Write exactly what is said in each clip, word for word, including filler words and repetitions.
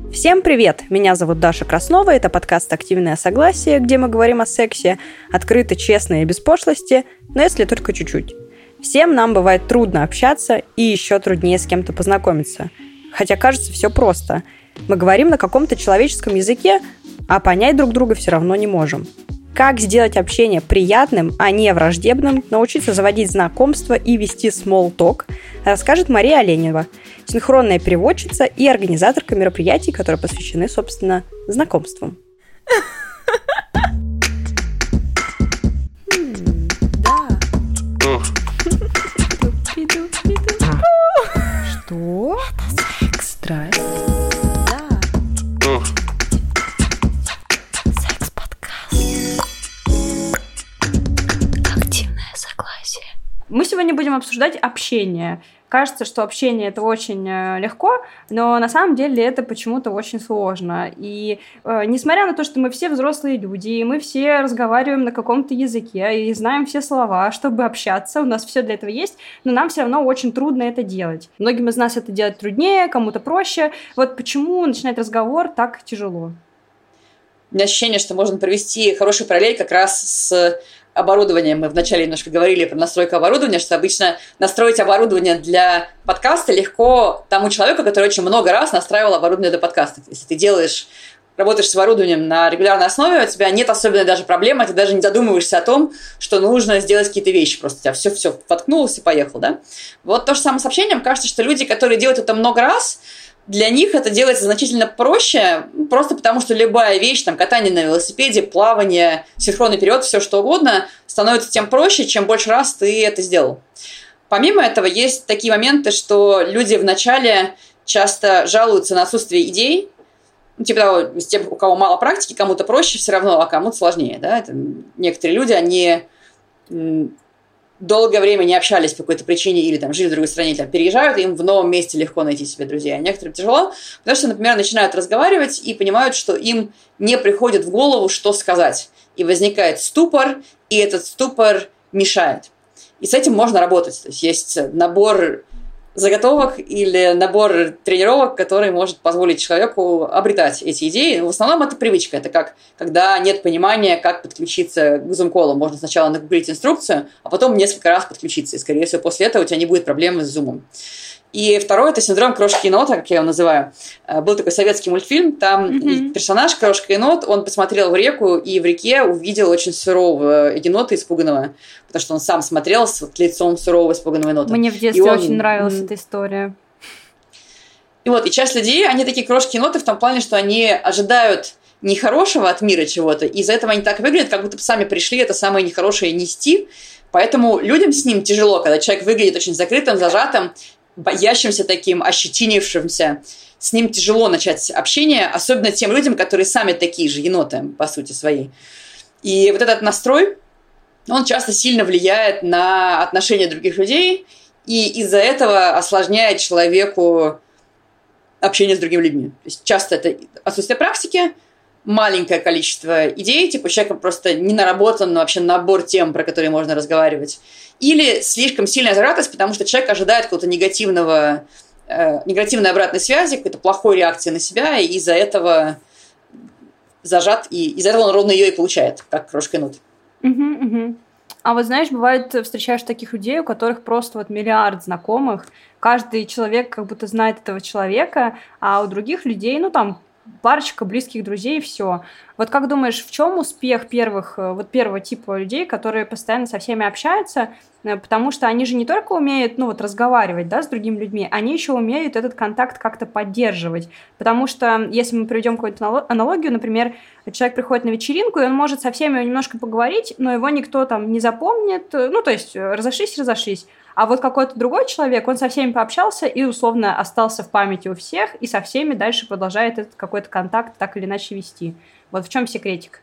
Всем привет! Меня зовут Даша Краснова, это подкаст «Активное согласие», где мы говорим о сексе открыто, честно и без пошлости, но если только чуть-чуть. Всем нам бывает трудно общаться и еще труднее с кем-то познакомиться. Хотя кажется, все просто. Мы говорим на каком-то человеческом языке, а понять друг друга все равно не можем. Как сделать общение приятным, а не враждебным, научиться заводить знакомства и вести small talk, расскажет Мария Оленева, синхронная переводчица и организаторка мероприятий, которые посвящены, собственно, знакомствам. Что? Это секс. Страсть. Мы сегодня будем обсуждать общение. Кажется, что общение – это очень легко, но на самом деле это почему-то очень сложно. И э, несмотря на то, что мы все взрослые люди, и мы все разговариваем на каком-то языке, и знаем все слова, чтобы общаться, у нас все для этого есть, но нам все равно очень трудно это делать. Многим из нас это делать труднее, кому-то проще. Вот почему начинать разговор так тяжело? У меня ощущение, что можно провести хороший параллель как раз с оборудованием. Мы вначале немножко говорили про настройку оборудования, что обычно настроить оборудование для подкаста легко тому человеку, который очень много раз настраивал оборудование для подкастов. Если ты делаешь, работаешь с оборудованием на регулярной основе, у тебя нет особенной даже проблемы, ты даже не задумываешься о том, что нужно сделать какие-то вещи. Просто у тебя все-все воткнулось и поехал, да? Вот то же самое с общением. Кажется, что люди, которые делают это много раз, для них это делается значительно проще, просто потому что любая вещь, там, катание на велосипеде, плавание, синхронный перевод, все что угодно, становится тем проще, чем больше раз ты это сделал. Помимо этого, есть такие моменты, что люди вначале часто жалуются на отсутствие идей, ну, типа того, с тем, у кого мало практики, кому-то проще все равно, а кому-то сложнее. Да? Это некоторые люди, они долгое время не общались по какой-то причине или там жили в другой стране, или там, переезжают, и им в новом месте легко найти себе друзей. А некоторым тяжело, потому что, например, начинают разговаривать и понимают, что им не приходит в голову, что сказать. И возникает ступор, и этот ступор мешает. И с этим можно работать. То есть есть набор заготовок или набор тренировок, который может позволить человеку обретать эти идеи. В основном это привычка. Это как, когда нет понимания, как подключиться к Zoom-колу. Можно сначала нагуглить инструкцию, а потом несколько раз подключиться. И, скорее всего, после этого у тебя не будет проблемы с Zoom. И второе – это синдром крошки енота, как я его называю. Был такой советский мультфильм, там mm-hmm. персонаж, крошка енот, он посмотрел в реку и в реке увидел очень сурового енота испуганного, потому что он сам смотрел с вот, лицом сурового испуганного енота. Мне в детстве он... очень нравилась mm-hmm. эта история. И вот, и часть людей, они такие крошки еноты в том плане, что они ожидают нехорошего от мира чего-то, и из-за этого они так выглядят, как будто бы сами пришли это самое нехорошее нести. Поэтому людям с ним тяжело, когда человек выглядит очень закрытым, зажатым, боящимся таким, ощетинившимся. С ним тяжело начать общение, особенно тем людям, которые сами такие же еноты, по сути своей. И вот этот настрой, он часто сильно влияет на отношения других людей, и из-за этого осложняет человеку общение с другими людьми. То есть часто это отсутствие практики, маленькое количество идей, типа у человека просто не наработан вообще набор тем, про которые можно разговаривать. Или слишком сильная зажатость, потому что человек ожидает какого-то негативного, э, негативной обратной связи, какой-то плохой реакции на себя, и из-за этого зажат, и из-за этого он ровно ее и получает, как крошка енот. Угу, угу. А вот знаешь, бывает, встречаешь таких людей, у которых просто вот миллиард знакомых, каждый человек как будто знает этого человека, а у других людей, ну там, парочка близких друзей и все. Вот как думаешь, в чем успех первых, вот первого типа людей, которые постоянно со всеми общаются, потому что они же не только умеют, ну вот разговаривать, да, с другими людьми, они еще умеют этот контакт как-то поддерживать, потому что если мы приведем какую-то аналогию, например, человек приходит на вечеринку, и он может со всеми немножко поговорить, но его никто там не запомнит, ну то есть разошлись, разошлись. А вот какой-то другой человек, он со всеми пообщался и условно остался в памяти у всех, и со всеми дальше продолжает этот какой-то контакт так или иначе вести. Вот в чем секретик?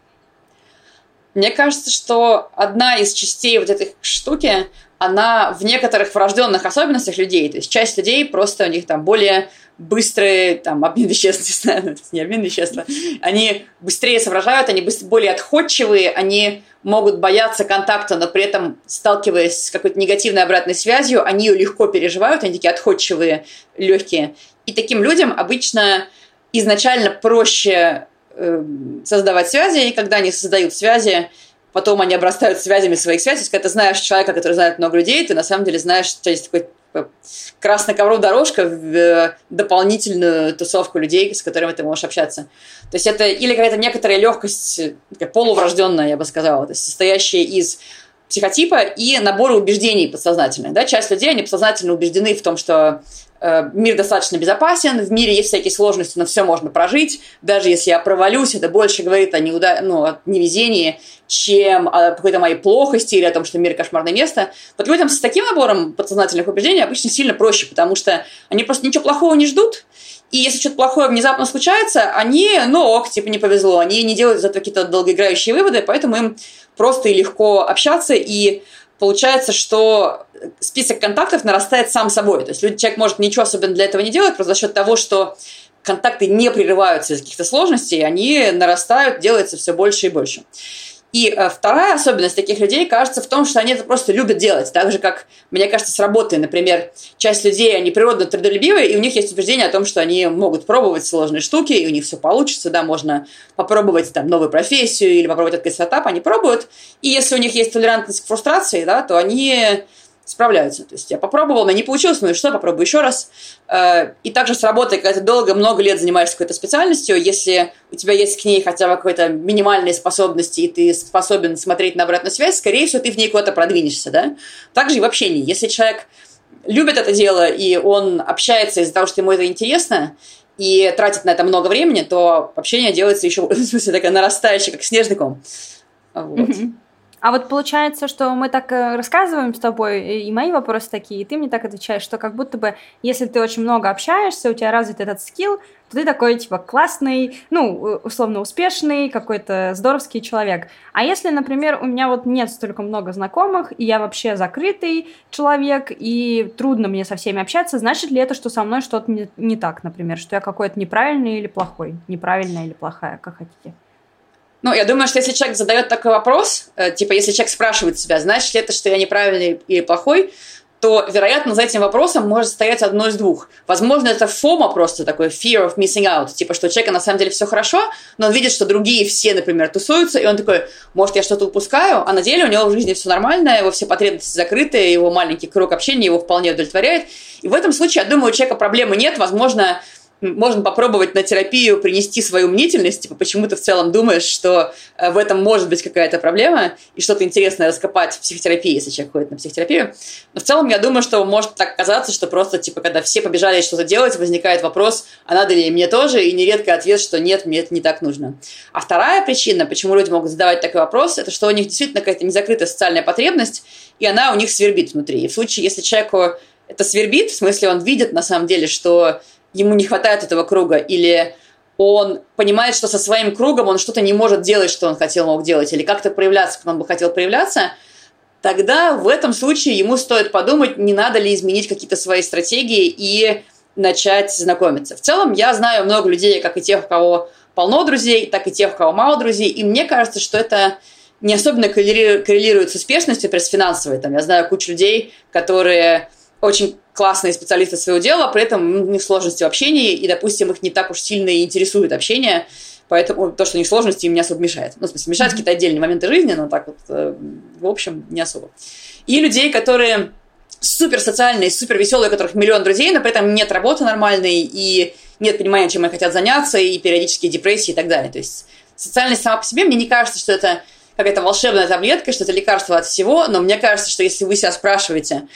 Мне кажется, что одна из частей вот этой штуки, она в некоторых врожденных особенностях людей. То есть часть людей просто у них там более быстрый там, обмен веществ, не знаю, это не обмен веществ, они быстрее соображают, они более отходчивые, они могут бояться контакта, но при этом, сталкиваясь с какой-то негативной обратной связью, они ее легко переживают, они такие отходчивые, легкие. И таким людям обычно изначально проще э, создавать связи, и когда они создают связи, потом они обрастают связями своих связей. То есть, когда ты знаешь человека, который знает много людей, ты на самом деле знаешь, что есть такой красная ковровая дорожка в дополнительную тусовку людей, с которыми ты можешь общаться. То есть это или какая-то некоторая легкость, полуврожденная, я бы сказала, то есть состоящая из психотипа и набора убеждений подсознательных. Да? Часть людей, они подсознательно убеждены в том, что э, мир достаточно безопасен, в мире есть всякие сложности, но все можно прожить. Даже если я провалюсь, это больше говорит о, неуда... ну, о невезении, чем о какой-то моей плохости или о том, что мир кошмарное место. Вот людям с таким набором подсознательных убеждений обычно сильно проще, потому что они просто ничего плохого не ждут. И если что-то плохое внезапно случается, они, ну ок, типа не повезло, они не делают из этого какие-то долгоиграющие выводы, поэтому им просто и легко общаться, и получается, что список контактов нарастает сам собой. То есть человек может ничего особенно для этого не делать, просто за счет того, что контакты не прерываются из каких-то сложностей, они нарастают, делается все больше и больше. И э, вторая особенность таких людей, кажется, в том, что они это просто любят делать. Так же, как, мне кажется, с работой. Например, часть людей, они природно трудолюбивые, и у них есть убеждение о том, что они могут пробовать сложные штуки, и у них все получится, да, можно попробовать там новую профессию или попробовать открыть стартап, они пробуют. И если у них есть толерантность к фрустрации, да, то они справляются. То есть я попробовал, но не получилось, ну и что, попробую еще раз. И также с работой, когда ты долго, много лет занимаешься какой-то специальностью, если у тебя есть к ней хотя бы какой-то минимальные способности, и ты способен смотреть на обратную связь, скорее всего, ты в ней куда-то продвинешься, да? Также и в общении. Если человек любит это дело, и он общается из-за того, что ему это интересно, и тратит на это много времени, то общение делается еще, в смысле, такое нарастающее, как снежный ком. Вот. Mm-hmm. А вот получается, что мы так рассказываем с тобой, и мои вопросы такие, и ты мне так отвечаешь, что как будто бы, если ты очень много общаешься, у тебя развит этот скилл, то ты такой, типа, классный, ну, условно успешный, какой-то здоровский человек. А если, например, у меня вот нет столько много знакомых, и я вообще закрытый человек, и трудно мне со всеми общаться, значит ли это, что со мной что-то не, не так, например, что я какой-то неправильный или плохой, неправильная или плохая, как хотите? Ну, я думаю, что если человек задает такой вопрос, э, типа, если человек спрашивает себя, значит ли это, что я неправильный или плохой, то, вероятно, за этим вопросом может стоять одно из двух. Возможно, это фома просто такой, fear of missing out, типа, что у человека на самом деле все хорошо, но он видит, что другие все, например, тусуются, и он такой, может, я что-то упускаю, а на деле у него в жизни все нормально, его все потребности закрыты, его маленький круг общения его вполне удовлетворяет. И в этом случае, я думаю, у человека проблемы нет, возможно, можно попробовать на терапию принести свою мнительность, типа, почему ты в целом думаешь, что в этом может быть какая-то проблема, и что-то интересное раскопать в психотерапии, если человек ходит на психотерапию. Но в целом я думаю, что может так казаться, что просто, типа, когда все побежали что-то делать, возникает вопрос, а надо ли мне тоже, и нередко ответ, что нет, мне это не так нужно. А вторая причина, почему люди могут задавать такой вопрос, это что у них действительно какая-то незакрытая социальная потребность, и она у них свербит внутри. И в случае, если человеку это свербит, в смысле он видит на самом деле, что ему не хватает этого круга, или он понимает, что со своим кругом он что-то не может делать, что он хотел, мог делать, или как-то проявляться, как он бы хотел проявляться, тогда в этом случае ему стоит подумать, не надо ли изменить какие-то свои стратегии и начать знакомиться. В целом, я знаю много людей, как и тех, у кого полно друзей, так и тех, у кого мало друзей, и мне кажется, что это не особенно коррелирует с успешностью, например, с финансовой. Там, я знаю кучу людей, которые очень классные специалисты своего дела, при этом у них сложности в общении, и, допустим, их не так уж сильно и интересует общение, поэтому то, что у них сложности, им не особо мешает. Ну, в смысле, мешают какие-то отдельные моменты жизни, но так вот, в общем, не особо. И людей, которые супер социальные, супер веселые, у которых миллион друзей, но при этом нет работы нормальной, и нет понимания, чем они хотят заняться, и периодические депрессии и так далее. То есть социальность сама по себе, мне не кажется, что это какая-то волшебная таблетка, что это лекарство от всего, но мне кажется, что если вы себя спрашиваете,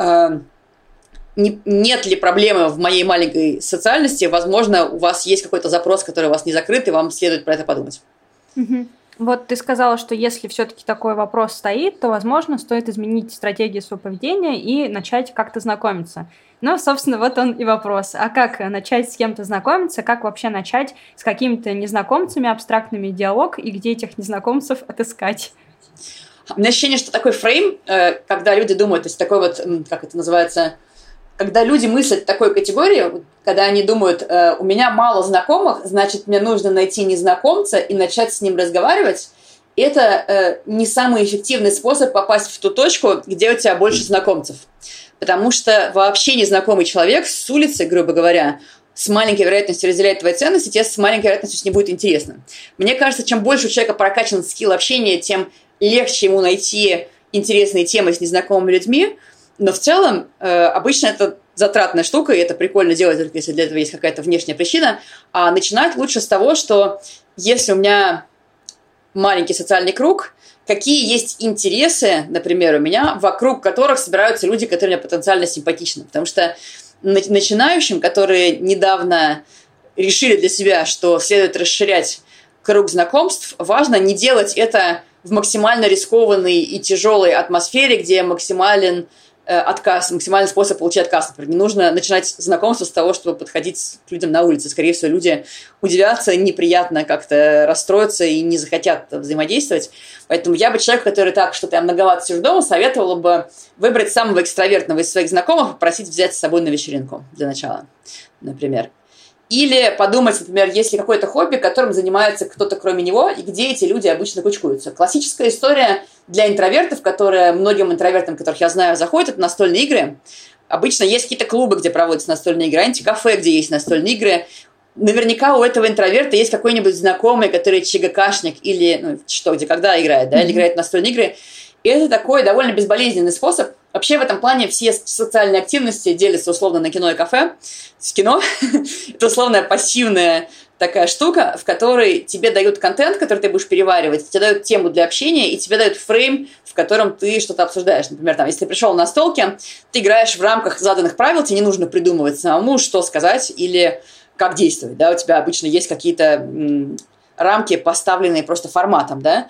нет ли проблемы в моей маленькой социальности, возможно, у вас есть какой-то запрос, который у вас не закрыт, и вам следует про это подумать. Угу. Вот ты сказала, что если все-таки такой вопрос стоит, то, возможно, стоит изменить стратегию своего поведения и начать как-то знакомиться. Ну, собственно, вот он и вопрос. А как начать с кем-то знакомиться? Как вообще начать с какими-то незнакомцами, абстрактными диалог, и где этих незнакомцев отыскать? У меня ощущение, что такой фрейм, когда люди думают, то есть такой вот, как это называется, когда люди мыслят в такой категории, когда они думают, у меня мало знакомых, значит, мне нужно найти незнакомца и начать с ним разговаривать, это не самый эффективный способ попасть в ту точку, где у тебя больше знакомцев. Потому что вообще незнакомый человек с улицы, грубо говоря, с маленькой вероятностью разделяет твои ценности, тебе с маленькой вероятностью с ним будет интересно. Мне кажется, чем больше у человека прокачан скилл общения, тем легче ему найти интересные темы с незнакомыми людьми. Но в целом, э, обычно это затратная штука, и это прикольно делать, только если для этого есть какая-то внешняя причина. А начинать лучше с того, что если у меня маленький социальный круг, какие есть интересы, например, у меня, вокруг которых собираются люди, которые мне потенциально симпатичны. Потому что начинающим, которые недавно решили для себя, что следует расширять круг знакомств, важно не делать это в максимально рискованной и тяжелой атмосфере, где максимален отказ, максимальный способ получить отказ. Например, не нужно начинать знакомство с того, чтобы подходить к людям на улице. Скорее всего, люди удивятся, неприятно как-то расстроятся и не захотят взаимодействовать. Поэтому я бы человеку, который так, что-то я многовато сижу дома, советовала бы выбрать самого экстравертного из своих знакомых и попросить взять с собой на вечеринку для начала, например. Или подумать, например, есть ли какое-то хобби, которым занимается кто-то кроме него, и где эти люди обычно кучкуются. Классическая история для интровертов, которая многим интровертам, которых я знаю, заходит, это настольные игры. Обычно есть какие-то клубы, где проводятся настольные игры, антикафе, где есть настольные игры. Наверняка у этого интроверта есть какой-нибудь знакомый, который ЧГКшник или ну, что, где, когда играет, да, mm-hmm. или играет в настольные игры. И это такой довольно безболезненный способ. Вообще в этом плане все социальные активности делятся условно на кино и кафе. С кино это условная пассивная такая штука, в которой тебе дают контент, который ты будешь переваривать, тебе дают тему для общения, и тебе дают фрейм, в котором ты что-то обсуждаешь. Например, там, если ты пришел на столке, ты играешь в рамках заданных правил, тебе не нужно придумывать самому, что сказать или как действовать. Да? У тебя обычно есть какие-то м- рамки, поставленные просто форматом, да.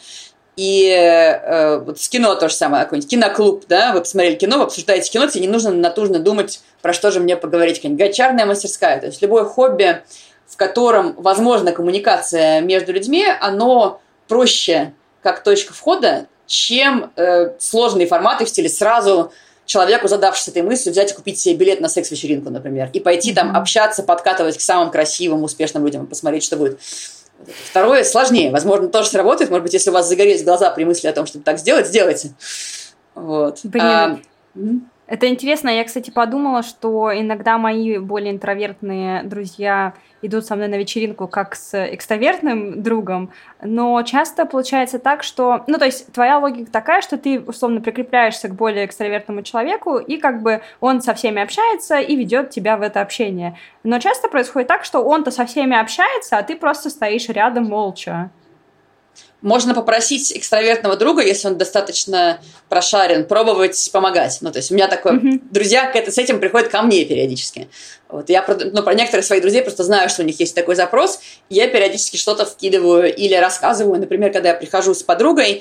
И э, вот с кино то же самое, какой-нибудь киноклуб, да, вы посмотрели кино, вы обсуждаете кино, тебе не нужно натужно думать, про что же мне поговорить, какая-нибудь гончарная мастерская, то есть любое хобби, в котором возможна коммуникация между людьми, оно проще как точка входа, чем э, сложные форматы в стиле сразу человеку, задавшись этой мыслью, взять и купить себе билет на секс-вечеринку, например, и пойти mm-hmm. там общаться, подкатывать к самым красивым, успешным людям и посмотреть, что будет. Второе сложнее. Возможно, тоже сработает. Может быть, если у вас загорелись глаза при мысли о том, чтобы так сделать, сделайте. Вот. Блин, а... это интересно. Я, кстати, подумала, что иногда мои более интровертные друзья идут со мной на вечеринку как с экстравертным другом, но часто получается так, что... Ну, то есть твоя логика такая, что ты, условно, прикрепляешься к более экстравертному человеку, и как бы он со всеми общается и ведет тебя в это общение. Но часто происходит так, что он-то со всеми общается, а ты просто стоишь рядом молча. Можно попросить экстравертного друга, если он достаточно прошарен, пробовать помогать. Ну, то есть у меня такое... Mm-hmm. Друзья с этим приходят ко мне периодически. Вот, я ну, про некоторых своих друзей просто знаю, что у них есть такой запрос, и я периодически что-то вкидываю или рассказываю. Например, когда я прихожу с подругой,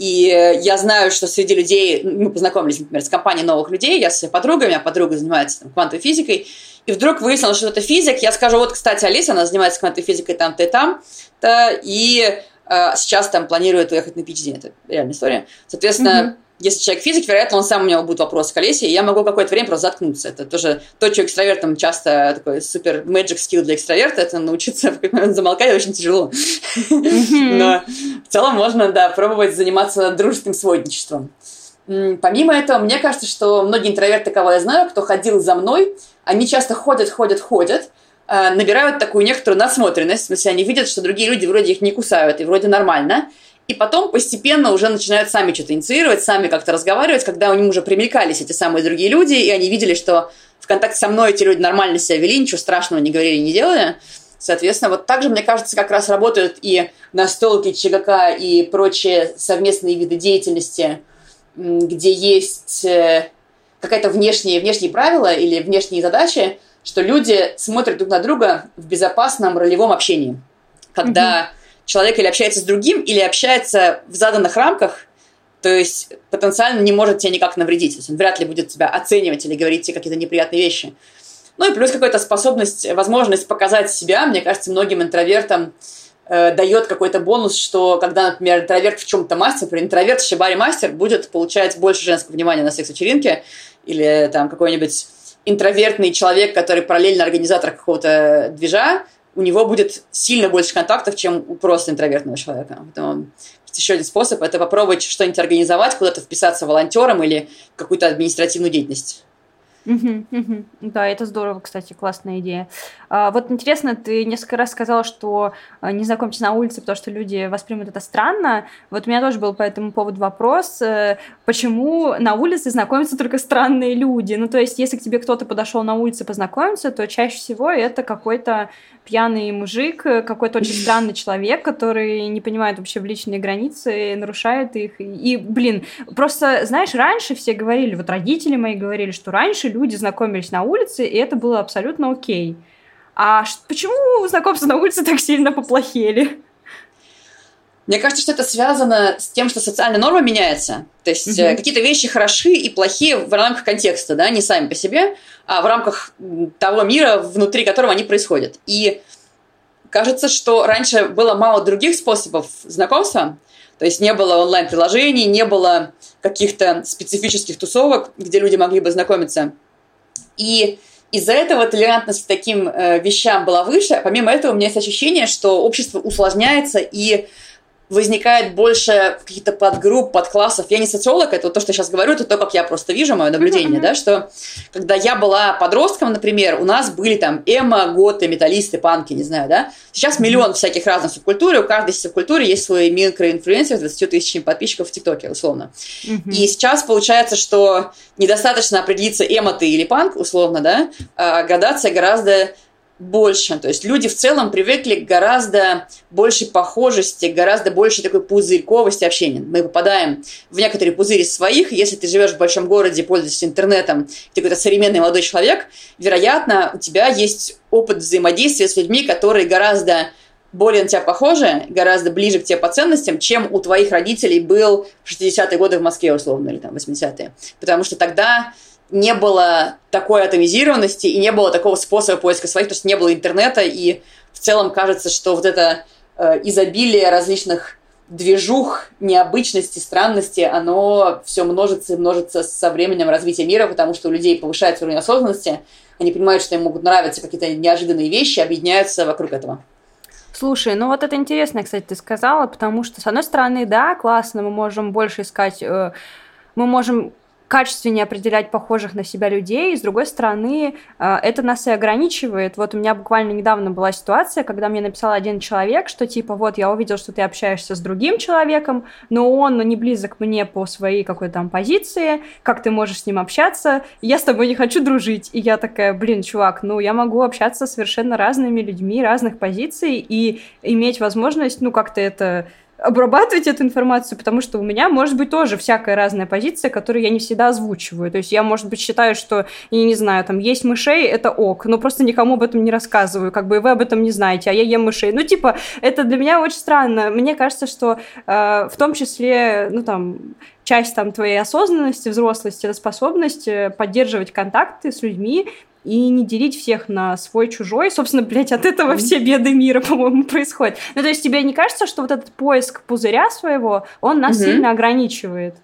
и я знаю, что среди людей... Мы познакомились, например, с компанией новых людей, я с своей подругой, у меня подруга занимается там, квантовой физикой, и вдруг выяснилось, что это физик. Я скажу, вот, кстати, Алиса, она занимается квантовой физикой там-то и там-то, и... сейчас там планирует уехать на пи эйч ди. Это реальная история. Соответственно, mm-hmm. если человек физик, вероятно, он сам у него будет вопрос к Олесе, и я могу какое-то время просто заткнуться. Это тоже то, что экстравертам часто такой супер magic skill для экстраверта, это научиться в какой-то момент замолкать очень тяжело. Mm-hmm. Но в целом можно, да, пробовать заниматься дружеским сводничеством. Помимо этого, мне кажется, что многие интроверты, кого я знаю, кто ходил за мной, они часто ходят, ходят, ходят, набирают такую некоторую насмотренность, в смысле, они видят, что другие люди вроде их не кусают, и вроде нормально, и потом постепенно уже начинают сами что-то инициировать, сами как-то разговаривать, когда у них уже примелькались эти самые другие люди, и они видели, что в контакте со мной эти люди нормально себя вели, ничего страшного не говорили, не делали. Соответственно, вот так же, мне кажется, как раз работают и настолки, ЧГК и прочие совместные виды деятельности, где есть какая-то внешние, внешние правила или внешние задачи, что люди смотрят друг на друга в безопасном ролевом общении. Когда mm-hmm. человек или общается с другим, или общается в заданных рамках, то есть потенциально не может тебе никак навредить. То есть он вряд ли будет тебя оценивать или говорить тебе какие-то неприятные вещи. Ну и плюс какая-то способность, возможность показать себя. Мне кажется, многим интровертам э, дает какой-то бонус, что когда, например, интроверт в чем-то мастер, например, интроверт в шибари-мастер будет получать больше женского внимания на секс-вечеринке, или там какой-нибудь интровертный человек, который параллельно организатор какого-то движа, у него будет сильно больше контактов, чем у просто интровертного человека. Поэтому еще один способ – это попробовать что-нибудь организовать, куда-то вписаться волонтером или в какую-то административную деятельность. Мгм, мгм. Да, это здорово, кстати, классная идея. А, вот интересно, ты несколько раз сказала, что а, не знакомьтесь на улице, потому что люди воспримут это странно. Вот у меня тоже был по этому поводу вопрос, э, почему на улице знакомятся только странные люди? Ну, то есть, если к тебе кто-то подошел на улице познакомиться, то чаще всего это какой-то пьяный мужик, э, какой-то очень странный человек, который не понимает вообще в личные границы, нарушает их. И, и, блин, просто, знаешь, раньше все говорили, вот родители мои говорили, что раньше люди знакомились на улице, и это было абсолютно окей. А ш- почему знакомства на улице так сильно поплохели? Мне кажется, что это связано с тем, что социальная норма меняется. То есть э, Мгм. какие-то вещи хороши и плохие в рамках контекста, да, не сами по себе, а в рамках м, того мира, внутри которого они происходят. И кажется, что раньше было мало других способов знакомства, то есть не было онлайн-приложений, не было каких-то специфических тусовок, где люди могли бы знакомиться. И из-за этого толерантность к таким э, вещам была выше. Помимо этого, у меня есть ощущение, что общество усложняется и возникает больше каких-то подгрупп, подклассов. Я не социолог, это вот то, что я сейчас говорю, это то, как я просто вижу, мое наблюдение, Мгм. да, что когда я была подростком, например, у нас были там эмо, готы, металлисты, панки, не знаю, да. Сейчас миллион всяких разных субкультур, и у каждой субкультуры есть свой микроинфлюенсер с двадцатью тысячами подписчиков в ТикТоке, условно. И Мгм. сейчас получается, что недостаточно определиться, эмо ты или панк, условно, да, а градация гораздо больше. То есть люди в целом привыкли к гораздо большей похожести, гораздо больше такой пузырьковости общения. Мы попадаем в некоторые пузыри своих. Если ты живешь в большом городе, пользуешься интернетом, ты какой-то современный молодой человек, вероятно, у тебя есть опыт взаимодействия с людьми, которые гораздо более на тебя похожи, гораздо ближе к тебе по ценностям, чем у твоих родителей был в шестидесятые годы в Москве, условно, или там восьмидесятые. Потому что тогда не было такой атомизированности и не было такого способа поиска своих, то есть не было интернета, и в целом кажется, что вот это э, изобилие различных движух, необычностей, странностей, оно все множится и множится со временем развития мира, потому что у людей повышается уровень осознанности, они понимают, что им могут нравиться какие-то неожиданные вещи, объединяются вокруг этого. Слушай, ну вот это интересно, кстати, ты сказала, потому что, с одной стороны, да, классно, мы можем больше искать, э, мы можем качественнее определять похожих на себя людей, и, с другой стороны, э, это нас и ограничивает. Вот у меня буквально недавно была ситуация, когда мне написал один человек, что типа, вот, я увидел, что ты общаешься с другим человеком, но он не близок мне по своей какой-то там позиции, как ты можешь с ним общаться, я с тобой не хочу дружить. И я такая, блин, чувак, ну я могу общаться с совершенно разными людьми, разных позиций, и иметь возможность, ну, как-то это обрабатывать эту информацию, потому что у меня может быть тоже всякая разная позиция, которую я не всегда озвучиваю. То есть я, может быть, считаю, что, я не знаю, там, есть мышей, это ок, но просто никому об этом не рассказываю, как бы и вы об этом не знаете, а я ем мышей. Ну, типа, это для меня очень странно. Мне кажется, что э, в том числе, ну, там, часть там твоей осознанности, взрослости, это способность э, поддерживать контакты с людьми, и не делить всех на свой-чужой. Собственно, блядь, от этого все беды мира, по-моему, происходят. Ну, то есть тебе не кажется, что вот этот поиск пузыря своего, он нас Угу. сильно ограничивает?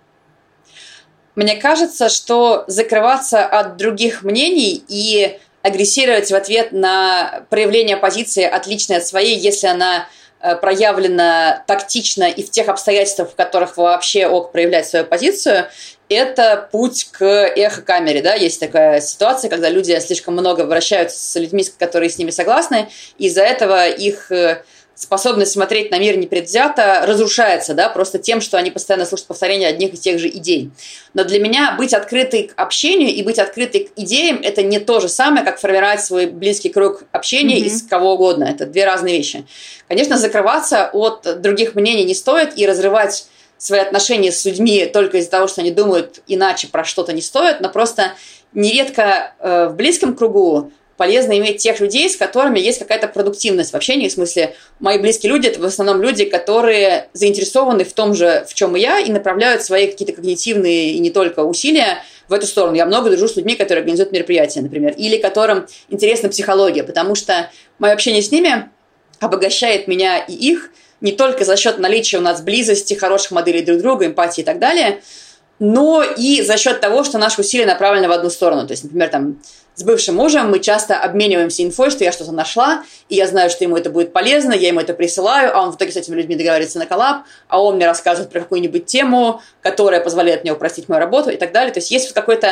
Мне кажется, что закрываться от других мнений и агрессировать в ответ на проявление позиции, отличной от своей, если она э, проявлена тактично и в тех обстоятельствах, в которых вообще ок проявлять свою позицию, это путь к эхокамере, да, есть такая ситуация, когда люди слишком много обращаются с людьми, которые с ними согласны, и из-за этого их способность смотреть на мир непредвзято разрушается, да, просто тем, что они постоянно слушают повторения одних и тех же идей. Но для меня быть открытой к общению и быть открытой к идеям – это не то же самое, как формировать свой близкий круг общения mm-hmm. из кого угодно. Это две разные вещи. Конечно, закрываться от других мнений не стоит, и разрывать свои отношения с людьми только из-за того, что они думают иначе, про что-то не стоит, но просто нередко э, в близком кругу полезно иметь тех людей, с которыми есть какая-то продуктивность в общении. В смысле, мои близкие люди – это в основном люди, которые заинтересованы в том же, в чем и я, и направляют свои какие-то когнитивные и не только усилия в эту сторону. Я много дружу с людьми, которые организуют мероприятия, например, или которым интересна психология, потому что мое общение с ними обогащает меня и их, не только за счет наличия у нас близости, хороших моделей друг друга, эмпатии и так далее, но и за счет того, что наши усилия направлены в одну сторону. То есть, например, там, с бывшим мужем мы часто обмениваемся инфой, что я что-то нашла, и я знаю, что ему это будет полезно, я ему это присылаю, а он в итоге с этими людьми договаривается на коллаб, а он мне рассказывает про какую-нибудь тему, которая позволяет мне упростить мою работу и так далее. То есть есть вот какой-то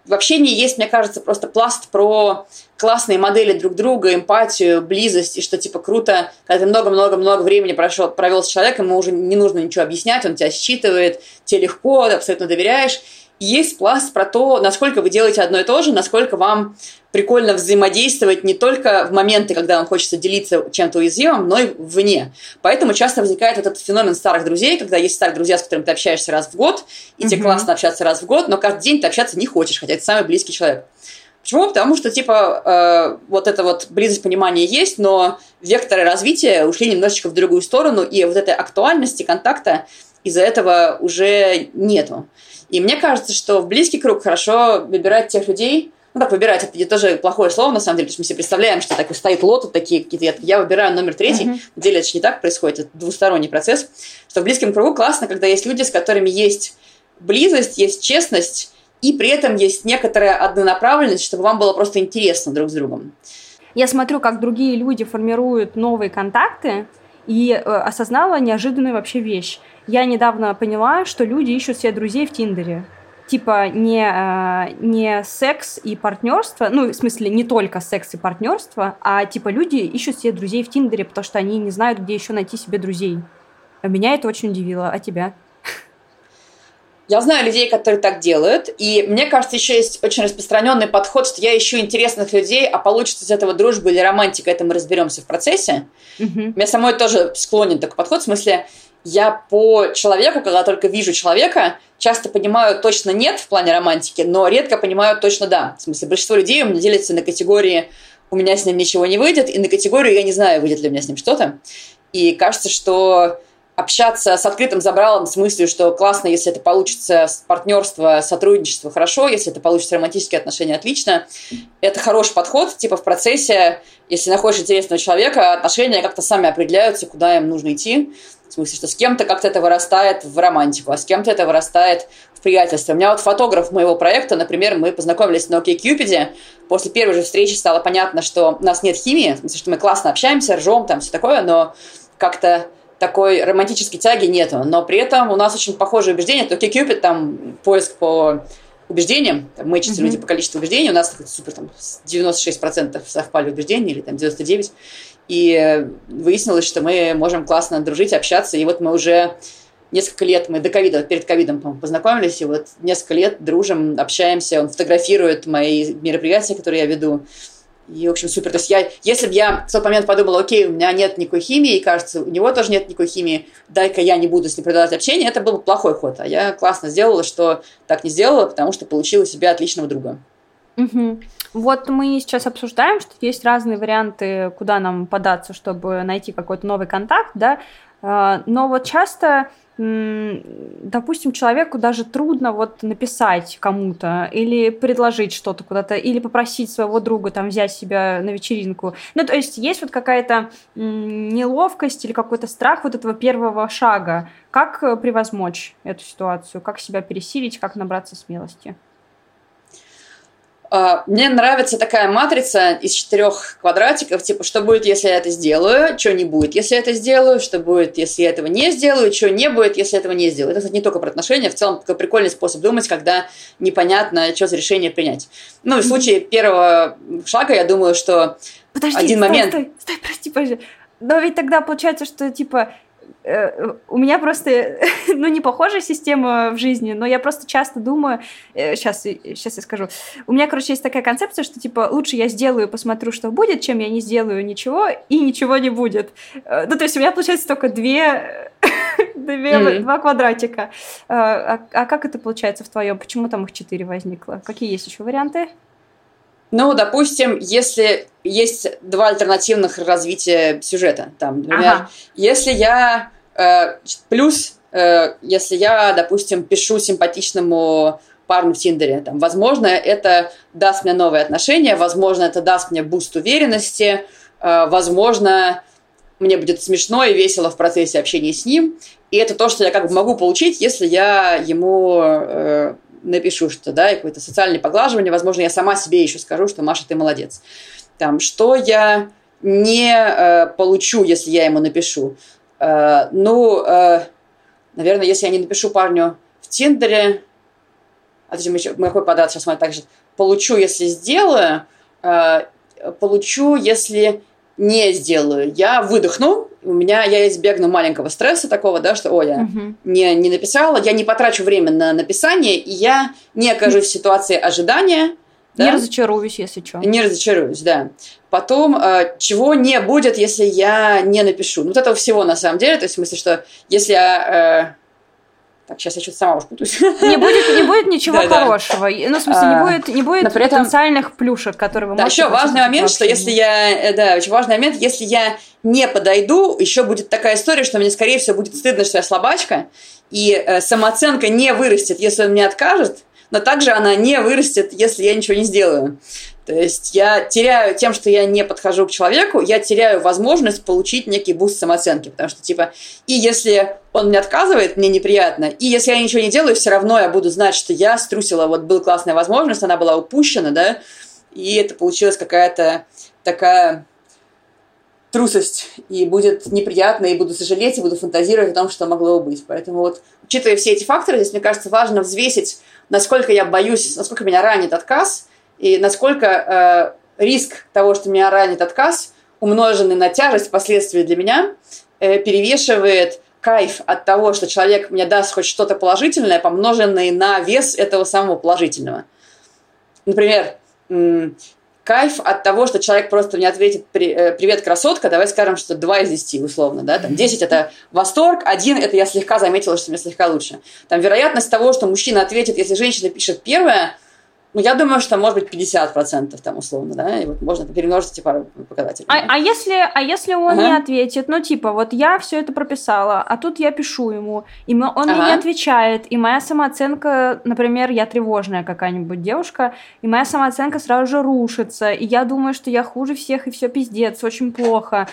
в общении есть, мне кажется, просто пласт про классные модели друг друга, эмпатию, близость, и что, типа, круто, когда ты много-много-много времени прошел, провел с человеком, ему уже не нужно ничего объяснять, он тебя считывает, тебе легко, ты абсолютно доверяешь. И есть пласт про то, насколько вы делаете одно и то же, насколько вам прикольно взаимодействовать не только в моменты, когда вам хочется делиться чем-то уязвимым, но и вне. Поэтому часто возникает вот этот феномен старых друзей, когда есть старые друзья, с которыми ты общаешься раз в год, и mm-hmm. тебе классно общаться раз в год, но каждый день ты общаться не хочешь, хотя это самый близкий человек. Почему? Потому что, типа, э, вот эта вот близость понимания есть, но векторы развития ушли немножечко в другую сторону, и вот этой актуальности контакта из-за этого уже нету. И мне кажется, что в близкий круг хорошо выбирать тех людей, ну так, выбирать, это тоже плохое слово, на самом деле, потому что мы себе представляем, что так стоит лот, такие какие-то, я выбираю номер третий, mm-hmm. на деле это же не так происходит, это двусторонний процесс, что в близком кругу классно, когда есть люди, с которыми есть близость, есть честность, и при этом есть некоторая однонаправленность, чтобы вам было просто интересно друг с другом. Я смотрю, как другие люди формируют новые контакты, и э, осознала неожиданную вообще вещь. Я недавно поняла, что люди ищут себе друзей в Тиндере. Типа не, э, не секс и партнерство, ну, в смысле, не только секс и партнерство, а типа люди ищут себе друзей в Тиндере, потому что они не знают, где еще найти себе друзей. А меня это очень удивило. А тебя? Я знаю людей, которые так делают, и мне кажется, еще есть очень распространенный подход, что я ищу интересных людей, а получится из этого дружба или романтика, это мы разберемся в процессе. Mm-hmm. У меня самой тоже склонен такой подход, в смысле, я по человеку, когда только вижу человека, часто понимаю точно нет в плане романтики, но редко понимаю точно да. В смысле, большинство людей у меня делится на категории «у меня с ним ничего не выйдет» и на категорию «я не знаю, выйдет ли у меня с ним что-то». И кажется, что общаться с открытым забралом в смысле, что классно, если это получится партнерство, сотрудничество, хорошо, если это получится романтические отношения, отлично. Это хороший подход, типа в процессе, если находишь интересного человека, отношения как-то сами определяются, куда им нужно идти. В смысле, что с кем-то как-то это вырастает в романтику, а с кем-то это вырастает в приятельство. У меня вот фотограф моего проекта, например, мы познакомились на OkCupid. После первой же встречи стало понятно, что у нас нет химии, в смысле, что мы классно общаемся, ржем, там все такое, но как-то такой романтической тяги нету. Но при этом у нас очень похожие убеждения. То OkCupid, там поиск по убеждениям, там, мэчатся mm-hmm. люди по количеству убеждений, у нас супер там девяносто шесть процентов совпали убеждения, или там девяносто девять процентов. И выяснилось, что мы можем классно дружить, общаться. И вот мы уже несколько лет, мы до ковида, перед ковидом, по-моему, познакомились, и вот несколько лет дружим, общаемся. Он фотографирует мои мероприятия, которые я веду. И, в общем, супер. То есть я, если бы я в тот момент подумала, окей, у меня нет никакой химии, и кажется, у него тоже нет никакой химии, дай-ка я не буду с ним продолжать общение, это был бы плохой ход. А я классно сделала, что так не сделала, потому что получила у себя отличного друга. Угу. Вот мы сейчас обсуждаем, что есть разные варианты, куда нам податься, чтобы найти какой-то новый контакт, да, но вот часто, допустим, человеку даже трудно вот написать кому-то или предложить что-то куда-то, или попросить своего друга там взять себя на вечеринку. Ну, то есть есть вот какая-то неловкость или какой-то страх вот этого первого шага. Как превозмочь эту ситуацию? Как себя пересилить? Как набраться смелости? Мне нравится такая матрица из четырех квадратиков, типа, что будет, если я это сделаю, что не будет, если я это сделаю, что будет, если я этого не сделаю, что не будет, если я этого не сделаю. Это, кстати, не только про отношения, в целом такой прикольный способ думать, когда непонятно, что за решение принять. Ну, в случае первого шага, я думаю, что Подожди, один стой, момент... Стой, стой, прости, пожалуйста. Но ведь тогда получается, что, типа, у меня просто, ну, не похожая система в жизни, но я просто часто думаю, сейчас, сейчас я скажу, у меня, короче, есть такая концепция, что, типа, лучше я сделаю, посмотрю, что будет, чем я не сделаю ничего, и ничего не будет. Ну, то есть у меня, получается, только две, две mm-hmm. два квадратика. А, а как это получается в твоем? Почему там их четыре возникло? Какие есть еще варианты? Ну, допустим, если есть два альтернативных развития сюжета, там, например, ага. если я э, плюс, э, если я, допустим, пишу симпатичному парню в Тиндере, там, возможно, это даст мне новые отношения, возможно, это даст мне буст уверенности, э, возможно, мне будет смешно и весело в процессе общения с ним, и это то, что я как бы могу получить, если я ему... Э, напишу, что, да, и какое-то социальное поглаживание, возможно, я сама себе еще скажу, что Маша, ты молодец. Там, что я не э, получу, если я ему напишу? Э, ну, э, наверное, если я не напишу парню в Тиндере, а то есть мы какой квадрат сейчас смотрим также, получу, если сделаю, э, получу, если не сделаю. Я выдохну, у меня я избегну маленького стресса такого, да, что, ой, я uh-huh. не, не написала, я не потрачу время на написание, и я не окажусь в ситуации ожидания. Не да? разочаруюсь, если что. Не разочаруюсь, да. Потом, э, чего не будет, если я не напишу. Ну, вот этого всего на самом деле, то есть в смысле, что если я... Э, Так, сейчас я что-то сама уж путаюсь. Не будет, не будет ничего хорошего. Ну, в смысле, не будет, не будет потенциальных плюшек, которые вы можете... Да, еще важный момент, что если я... Да, очень важный момент, если я не подойду, еще будет такая история, что мне, скорее всего, будет стыдно, что я слабачка, и самооценка не вырастет, если он мне откажет, но также она не вырастет, если я ничего не сделаю. То есть я теряю тем, что я не подхожу к человеку, я теряю возможность получить некий буст самооценки, потому что, типа, и если он мне отказывает, мне неприятно, и если я ничего не делаю, все равно я буду знать, что я струсила, вот была классная возможность, она была упущена, да, и это получилась какая-то такая трусость, и будет неприятно, и буду сожалеть, и буду фантазировать о том, что могло бы быть. Поэтому вот, учитывая все эти факторы, здесь, мне кажется, важно взвесить, насколько я боюсь, насколько меня ранит отказ, и насколько э, риск того, что меня ранит отказ, умноженный на тяжесть последствий для меня, э, перевешивает кайф от того, что человек мне даст хоть что-то положительное, помноженный на вес этого самого положительного. Например, м- кайф от того, что человек просто мне ответит «Привет, красотка», давай скажем, что два из десяти, условно, да, там десять – это восторг, один – это я слегка заметила, что мне слегка лучше. Там вероятность того, что мужчина ответит, если женщина пишет первое, ну, я думаю, что может быть пятьдесят процентов там условно, да, и вот можно перемножить эти пару показателей. А, а, если, а если он ага. не ответит, ну, типа, вот я все это прописала, а тут я пишу ему, и он ага. мне не отвечает, и моя самооценка, например, я тревожная какая-нибудь девушка, и моя самооценка сразу же рушится, и я думаю, что я хуже всех, и все пиздец, очень плохо.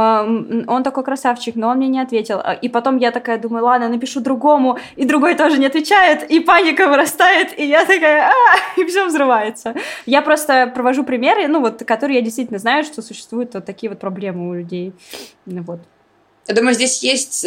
Он такой красавчик, но он мне не ответил. И потом я такая думаю, ладно, напишу другому, и другой тоже не отвечает, и паника вырастает, и я такая, а и все взрывается. Я просто провожу примеры, ну вот, которые я действительно знаю, что существуют вот такие вот проблемы у людей. Ну, вот. Я думаю, здесь есть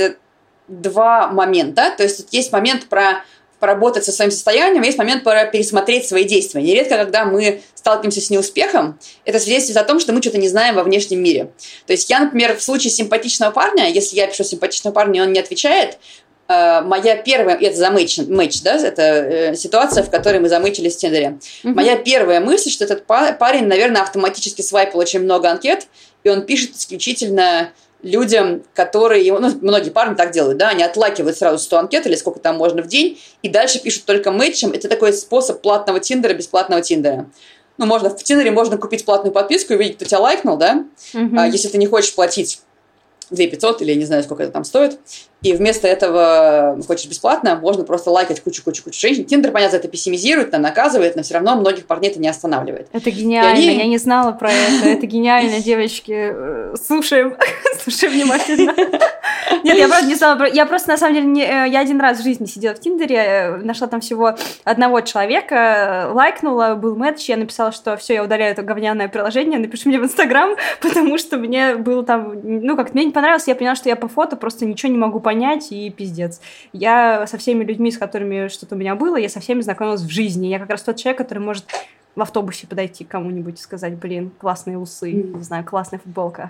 два момента. То есть есть момент про поработать со своим состоянием, есть момент про пересмотреть свои действия. Нередко, когда мы сталкиваемся с неуспехом, это свидетельствует о том, что мы что-то не знаем во внешнем мире. То есть я, например, в случае симпатичного парня, если я пишу симпатичного парня, и он не отвечает, моя первая, это за мэч, мэч, да, это э, ситуация, в которой мы замычились в Тиндере. Uh-huh. Моя первая мысль, что этот парень, наверное, автоматически свайпал очень много анкет, и он пишет исключительно людям, которые, ну, многие парни так делают, да, они отлакивают сразу сто анкет или сколько там можно в день, и дальше пишут только мэтчем. Это такой способ платного Тиндера, бесплатного Тиндера. Ну, можно в Тиндере можно купить платную подписку и видеть, кто тебя лайкнул, да, uh-huh. а, если ты не хочешь платить две тысячи пятьсот или не знаю, сколько это там стоит, и вместо этого хочешь бесплатно, можно просто лайкать кучу-кучу-кучу женщин. Тиндер, понятно, это пессимизирует, там, наказывает, но все равно многих парней это не останавливает. Это гениально, они... я не знала про это, это гениально, девочки, слушаем, слушаем внимательно. Нет, я правда не знала, я просто, на самом деле, не... я один раз в жизни сидела в Тиндере, нашла там всего одного человека, лайкнула, был мэтч, я написала, что все, я удаляю это говняное приложение, напиши мне в Инстаграм, потому что мне было там, ну, как-то мне не понравилось, я поняла, что я по фото просто ничего не могу понять, и пиздец. Я со всеми людьми, с которыми что-то у меня было, я со всеми знакомилась в жизни. Я как раз тот человек, который может в автобусе подойти к кому-нибудь и сказать, блин, классные усы, не знаю, классная футболка.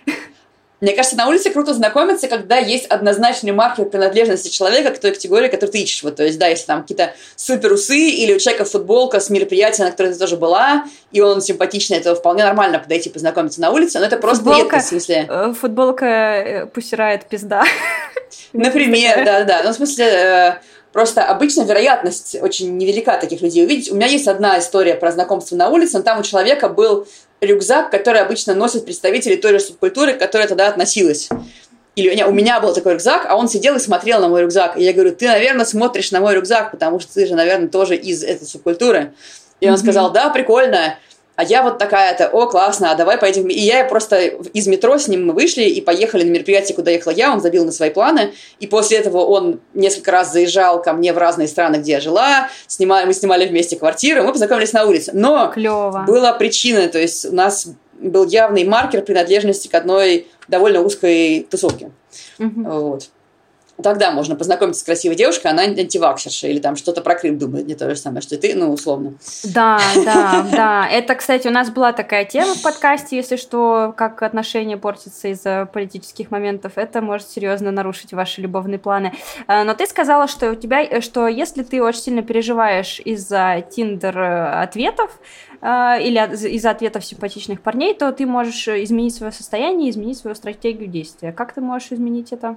Мне кажется, на улице круто знакомиться, когда есть однозначный маркер принадлежности человека к той категории, которую ты ищешь. Вот, то есть, да, если там какие-то супер усы или у человека футболка с мероприятия, на которой ты тоже была, и он симпатичный, это вполне нормально подойти познакомиться на улице, но это просто футболка, редкость, в смысле... Футболка пусирает пизда. Например, да-да. Ну, в смысле... Просто обычно вероятность очень невелика таких людей увидеть. У меня есть одна история про знакомство на улице, но там у человека был рюкзак, который обычно носят представители той же субкультуры, к которой тогда относилась. Или у меня был такой рюкзак, а он сидел и смотрел на мой рюкзак. И я говорю, ты, наверное, смотришь на мой рюкзак, потому что ты же, наверное, тоже из этой субкультуры. И он mm-hmm. сказал, да, прикольно. А я вот такая-то, о, классно, а давай поедем. И я просто из метро с ним мы вышли и поехали на мероприятие, куда ехала я, он забил на свои планы. И после этого он несколько раз заезжал ко мне в разные страны, где я жила. Снимали, мы снимали вместе квартиру, мы познакомились на улице. Но Клёво. Была причина, то есть у нас был явный маркер принадлежности к одной довольно узкой тусовке. Mm-hmm. Вот. Тогда можно познакомиться с красивой девушкой, она антиваксерша, или там что-то про Крым думает, не то же самое, что и ты, ну, условно. Да, да, да. Это, кстати, у нас была такая тема в подкасте, если что, как отношения портятся из-за политических моментов. Это может серьезно нарушить ваши любовные планы. Но ты сказала, что у тебя, что если ты очень сильно переживаешь из-за Тиндер-ответов, или из-за ответов симпатичных парней, то ты можешь изменить свое состояние, изменить свою стратегию действия. Как ты можешь изменить это?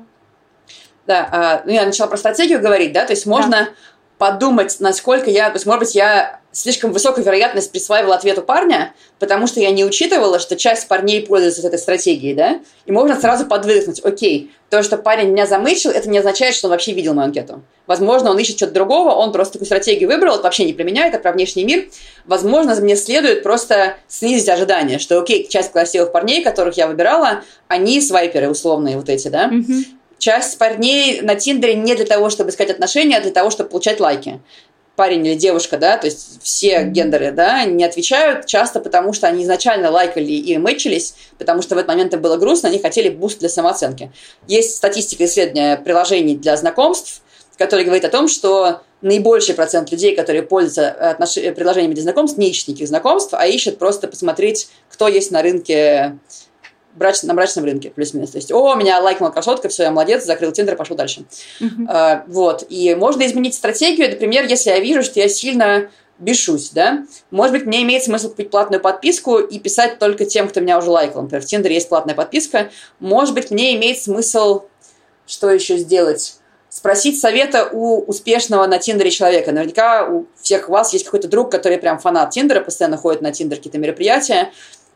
Да, ну я начала про стратегию говорить, да, то есть можно да. подумать, насколько я, то есть, может быть, я слишком высокую вероятность присваивала ответу парня, потому что я не учитывала, что часть парней пользуется этой стратегией, да, и можно сразу подвыкнуть, окей, то, что парень меня замычил, это не означает, что он вообще видел мою анкету. Возможно, он ищет что-то другого, он просто такую стратегию выбрал, это вообще не про меня, это про внешний мир. Возможно, мне следует просто снизить ожидания, что, окей, часть красивых парней, которых я выбирала, они свайперы условные вот эти, да, mm-hmm. Часть парней на Тиндере не для того, чтобы искать отношения, а для того, чтобы получать лайки. Парень или девушка, да, то есть все гендеры, да, не отвечают часто, потому что они изначально лайкали и мэчились, потому что в этот момент им было грустно, они хотели буст для самооценки. Есть статистика исследования приложений для знакомств, который говорит о том, что наибольший процент людей, которые пользуются отнош... приложениями для знакомств, не ищут никаких знакомств, а ищут просто посмотреть, кто есть на рынке, брач... на брачном рынке, плюс-минус. То есть, о, меня лайкнула красотка, все, я молодец, закрыл Тиндер, пошел дальше. Uh-huh. А, вот. И можно изменить стратегию. Например, если я вижу, что я сильно бешусь, да, может быть, мне имеет смысл купить платную подписку и писать только тем, кто меня уже лайкал. Например, в Тиндере есть платная подписка. Может быть, мне имеет смысл что еще сделать? Спросить совета у успешного на Тиндере человека. Наверняка у всех вас есть какой-то друг, который прям фанат Тиндера, постоянно ходит на Тиндер, какие-то мероприятия,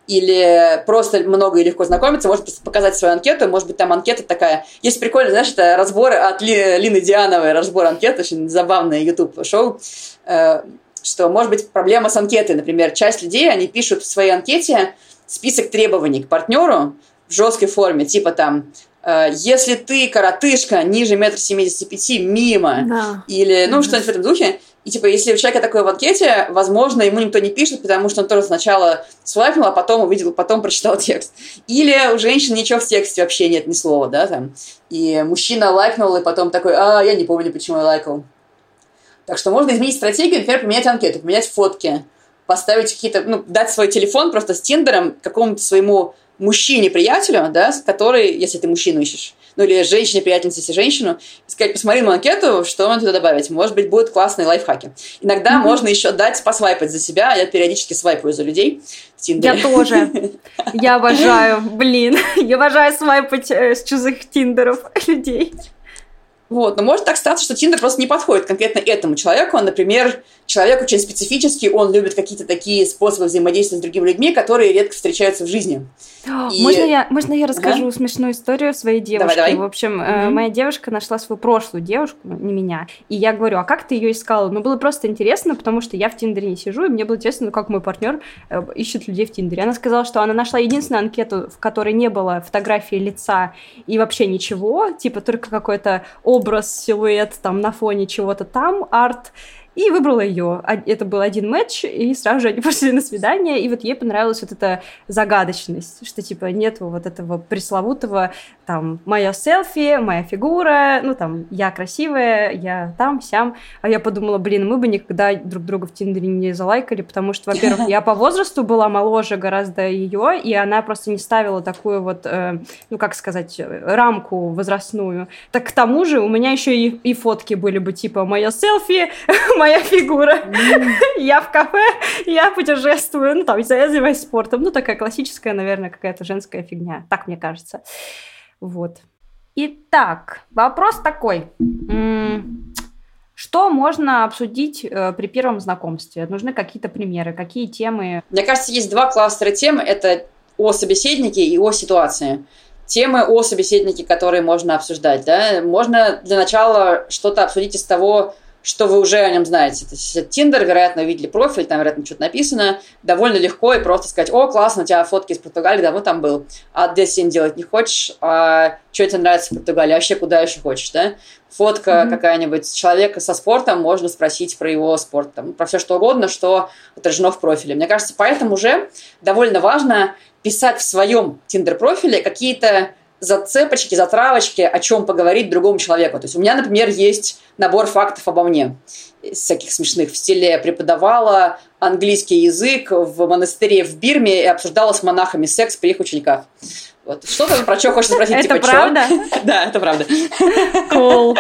или просто много и легко знакомиться, может показать свою анкету, может быть, там анкета такая. Есть прикольно, знаешь, это разбор от Ли, Лины Диановой, разбор анкет, очень забавное YouTube-шоу, э, что, может быть, проблема с анкетой. Например, часть людей, они пишут в своей анкете список требований к партнеру в жесткой форме, типа там, если ты коротышка, ниже метр семьдесят пять, мимо. Да. Или, ну, mm-hmm. что-нибудь в этом духе. И, типа, если у человека такое в анкете, возможно, ему никто не пишет, потому что он тоже сначала свайпнул, а потом увидел, потом прочитал текст. Или у женщин ничего в тексте вообще нет, ни слова, да, там. И мужчина лайкнул, и потом такой, а, я не помню, почему я лайкал. Так что можно изменить стратегию, например, поменять анкету, поменять фотки, поставить какие-то, ну, дать свой телефон просто с Тиндером какому-то своему мужчине-приятелю, да, который, если ты мужчину ищешь, ну или женщине-приятельнице, если женщину, и сказать, посмотри на анкету, что вам туда добавить. Может быть, будут классные лайфхаки. Иногда mm-hmm. можно еще дать посвайпать за себя. Я периодически свайпаю за людей в Тиндере. Я тоже. Я обожаю, блин, я обожаю свайпать с чужих Тиндеров людей. Вот, но может так статься, что Тиндер просто не подходит конкретно этому человеку. Он, например, человек очень специфический, он любит какие-то такие способы взаимодействия с другими людьми, которые редко встречаются в жизни. И... Можно, я, можно я расскажу ага. смешную историю своей девушки? Давай, давай. В общем, mm-hmm. моя девушка нашла свою прошлую девушку, не меня, и я говорю, а как ты ее искала? Ну, было просто интересно, потому что я в Тиндере не сижу, и мне было интересно, ну, как мой партнер ищет людей в Тиндере. Она сказала, что она нашла единственную анкету, в которой не было фотографии лица и вообще ничего, типа только какой-то образ, силуэт там на фоне чего-то там, арт, и выбрала ее. Это был один матч, и сразу же они пошли на свидание, и вот ей понравилась вот эта загадочность, что типа нет вот этого пресловутого там моя селфи, моя фигура, ну там я красивая, я там, сям. А я подумала, блин, мы бы никогда друг друга в Тиндере не залайкали, потому что, во-первых, я по возрасту была моложе гораздо ее, и она просто не ставила такую вот, э, ну как сказать, рамку возрастную. Так к тому же у меня еще и, и фотки были бы типа моя селфи, моя фигура, mm. я в кафе, я путешествую, ну там, я занимаюсь спортом, ну такая классическая, наверное, какая-то женская фигня, так мне кажется. Вот. Итак, вопрос такой. Что можно обсудить э, при первом знакомстве? Нужны какие-то примеры, какие темы? Мне кажется, есть два кластера тем. Это о собеседнике и о ситуации. Темы о собеседнике, которые можно обсуждать. Да? Можно для начала что-то обсудить из того, что вы уже о нем знаете. То есть Тиндер, вероятно, увидели профиль, там, вероятно, что-то написано. Довольно легко и просто сказать, о, классно, у тебя фотки из Португалии, давно там был. А здесь сень делать не хочешь? А что тебе нравится в Португалии? А вообще куда еще хочешь, да? Фотка mm-hmm. какая-нибудь человека со спортом, можно спросить про его спорт, там, про все что угодно, что отражено в профиле. Мне кажется, поэтому уже довольно важно писать в своем Тиндер-профиле какие-то зацепочки, затравочки, о чем поговорить другому человеку. То есть у меня, например, есть набор фактов обо мне, всяких смешных, в стиле преподавала английский язык в монастыре в Бирме и обсуждала с монахами секс при их учениках. Вот. Что-то про что хочешь спросить? Это типа, правда? Да, это правда. Cool.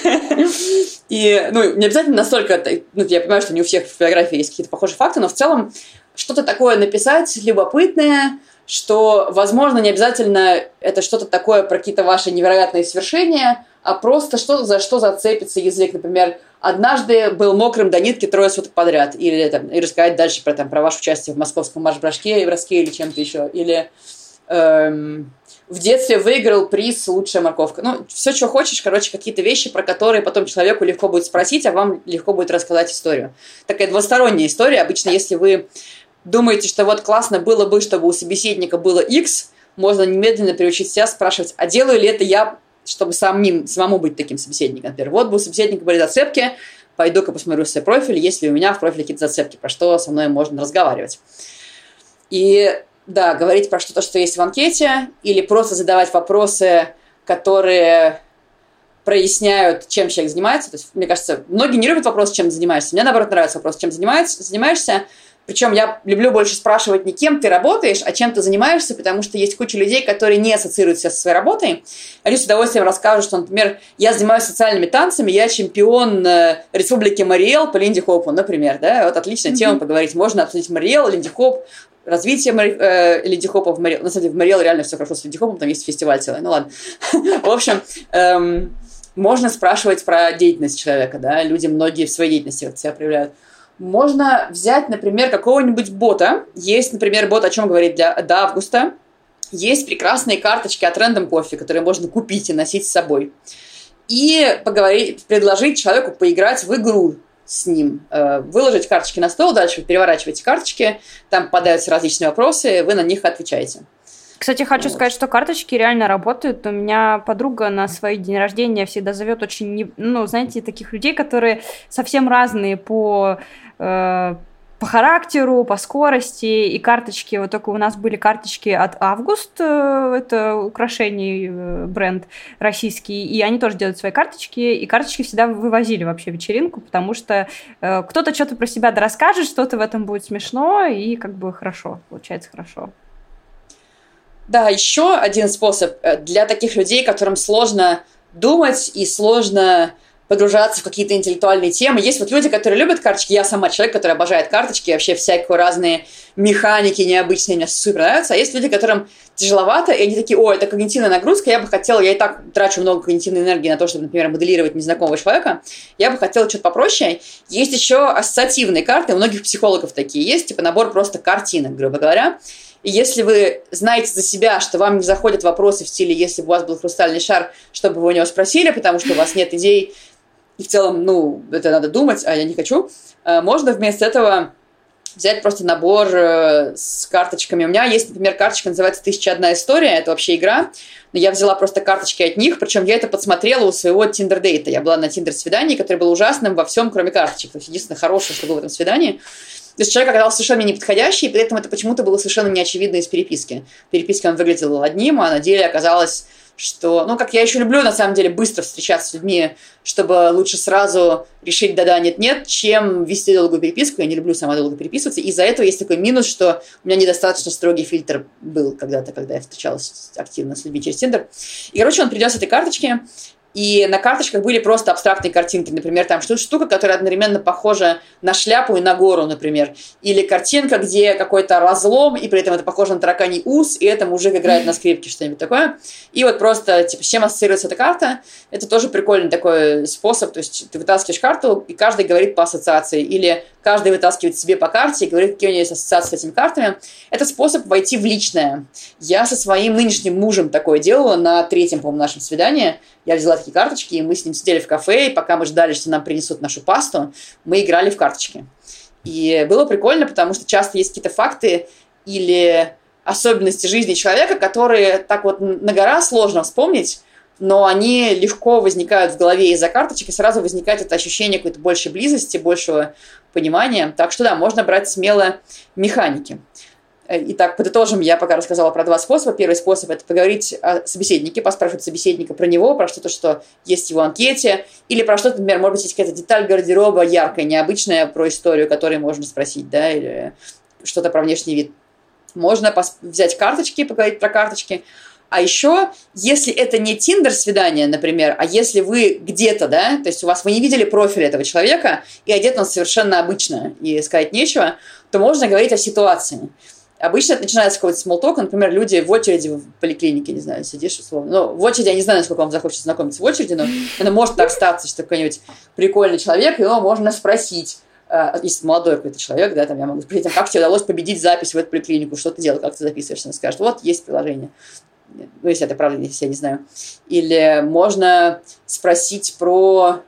И, ну, не обязательно настолько... Ну, я понимаю, что не у всех в фотографии есть какие-то похожие факты, но в целом что-то такое написать любопытное, что, возможно, не обязательно это что-то такое про какие-то ваши невероятные свершения, а просто что-то, за что зацепится язык. Например, однажды был мокрым до нитки трое суток подряд. Или там, и рассказать дальше про, там, про ваше участие в московском марш-броске, броске или чем-то еще. Или эм, в детстве выиграл приз «Лучшая морковка». Ну, все, что хочешь, короче, какие-то вещи, про которые потом человеку легко будет спросить, а вам легко будет рассказать историю. Такая двусторонняя история. Обычно, если вы думаете, что вот классно было бы, чтобы у собеседника было X, можно немедленно приучить себя спрашивать, а делаю ли это я, чтобы самим, самому быть таким собеседником. Например, вот бы у собеседника были зацепки, пойду-ка посмотрю свой профиль, есть ли у меня в профиле какие-то зацепки, про что со мной можно разговаривать. И да, говорить про что-то, что есть в анкете, или просто задавать вопросы, которые проясняют, чем человек занимается. То есть, мне кажется, многие не любят вопрос, чем ты занимаешься. Мне, наоборот, нравится вопрос, чем занимаешься, занимаешься. Причем я люблю больше спрашивать не кем ты работаешь, а чем ты занимаешься, потому что есть куча людей, которые не ассоциируют себя со своей работой. Они с удовольствием расскажут, что, например, я занимаюсь социальными танцами, я чемпион Республики Мариэл по линди-хопу, например. Да? Вот отличная mm-hmm. тема поговорить. Можно обсудить Мариэл, линди-хоп, развитие э, линди-хопа в Мариэл. На самом деле в Мариэл реально все хорошо с линди-хопом, там есть фестиваль целый. Ну ладно. В общем, можно спрашивать про деятельность человека. Да? Люди многие в своей деятельности себя проявляют. Можно взять, например, какого-нибудь бота. Есть, например, бот, о чем говорить для, до августа. Есть прекрасные карточки от Random Coffee, которые можно купить и носить с собой. И поговорить, предложить человеку поиграть в игру с ним. Выложить карточки на стол, дальше вы переворачиваете карточки, там попадаются различные вопросы, вы на них отвечаете. Кстати, хочу вот. сказать, что карточки реально работают. У меня подруга на свой день рождения всегда зовет очень, ну, знаете, таких людей, которые совсем разные по, э, по характеру, по скорости. И карточки, вот только у нас были карточки от Август, э, это украшений э, бренд российский, и они тоже делают свои карточки, и карточки всегда вывозили вообще вечеринку, потому что э, кто-то что-то про себя расскажет, что-то в этом будет смешно, и как бы хорошо, получается хорошо. Да, еще один способ для таких людей, которым сложно думать и сложно погружаться в какие-то интеллектуальные темы. Есть вот люди, которые любят карточки. Я сама человек, который обожает карточки, вообще всякие разные механики необычные, мне супер нравятся. А есть люди, которым тяжеловато, и они такие, о, это когнитивная нагрузка, я бы хотела, я и так трачу много когнитивной энергии на то, чтобы, например, моделировать незнакомого человека, я бы хотела что-то попроще. Есть еще ассоциативные карты, у многих психологов такие есть, типа набор просто картинок, грубо говоря. И если вы знаете за себя, что вам не заходят вопросы в стиле, если бы у вас был хрустальный шар, чтобы вы у него спросили, потому что у вас нет идей, и в целом, ну, это надо думать, а я не хочу, можно вместо этого взять просто набор с карточками. У меня есть, например, карточка, называется «Тысяча одна история», это вообще игра, но я взяла просто карточки от них, причем я это подсмотрела у своего тиндер-дейта. Я была на тиндер-свидании, которое было ужасным во всем, кроме карточек. То есть единственное хорошее, что было в этом свидании. То есть человек оказался совершенно неподходящий, и при этом это почему-то было совершенно неочевидно из переписки. В переписке он выглядел одним, а на деле оказалось, что... Ну, как я еще люблю, на самом деле, быстро встречаться с людьми, чтобы лучше сразу решить да-да, нет-нет, чем вести долгую переписку. Я не люблю сама долго переписываться. Из-за этого есть такой минус, что у меня недостаточно строгий фильтр был когда-то, когда я встречалась активно с людьми через Тиндер. И, короче, он принес этой карточки, и на карточках были просто абстрактные картинки. Например, там штука, которая одновременно похожа на шляпу и на гору, например. Или картинка, где какой-то разлом, и при этом это похоже на тараканий ус, и это мужик играет на скрипке, что-нибудь такое. И вот просто, типа, с чем ассоциируется эта карта, это тоже прикольный такой способ. То есть ты вытаскиваешь карту, и каждый говорит по ассоциации. Или каждый вытаскивает себе по карте и говорит, какие у него есть ассоциации с этими картами. Это способ войти в личное. Я со своим нынешним мужем такое делала на третьем, по-моему, нашем свидании. Я взяла такие карточки, и мы с ним сидели в кафе, и пока мы ждали, что нам принесут нашу пасту, мы играли в карточки. И было прикольно, потому что часто есть какие-то факты или особенности жизни человека, которые так вот на гора сложно вспомнить, но они легко возникают в голове из-за карточек, и сразу возникает это ощущение какой-то большей близости, большего понимания. Так что да, можно брать смело механики. Итак, подытожим, я пока рассказала про два способа. Первый способ – это поговорить о собеседнике, поспрашивать собеседника про него, про что-то, что есть в его анкете, или про что-то, например, может быть, есть какая-то деталь гардероба яркая, необычная, про историю, которой можно спросить, да, или что-то про внешний вид. Можно пос- взять карточки, поговорить про карточки. А еще, если это не Тиндер-свидание, например, а если вы где-то, да, то есть у вас вы не видели профиль этого человека, и одет он совершенно обычно, и сказать нечего, то можно говорить о ситуации. Обычно это начинается с какого-то смолтока, например, люди в очереди в поликлинике, не знаю, сидишь условно. Ну, в очереди, я не знаю, насколько вам захочется знакомиться в очереди, но это может так статься, что какой-нибудь прикольный человек, его можно спросить. Если молодой какой-то человек, да, там я могу спросить, как тебе удалось победить запись в эту поликлинику, что ты делал, как ты записываешься, он скажет, вот, есть приложение. Ну, если это правда, если я не знаю. Или можно спросить про...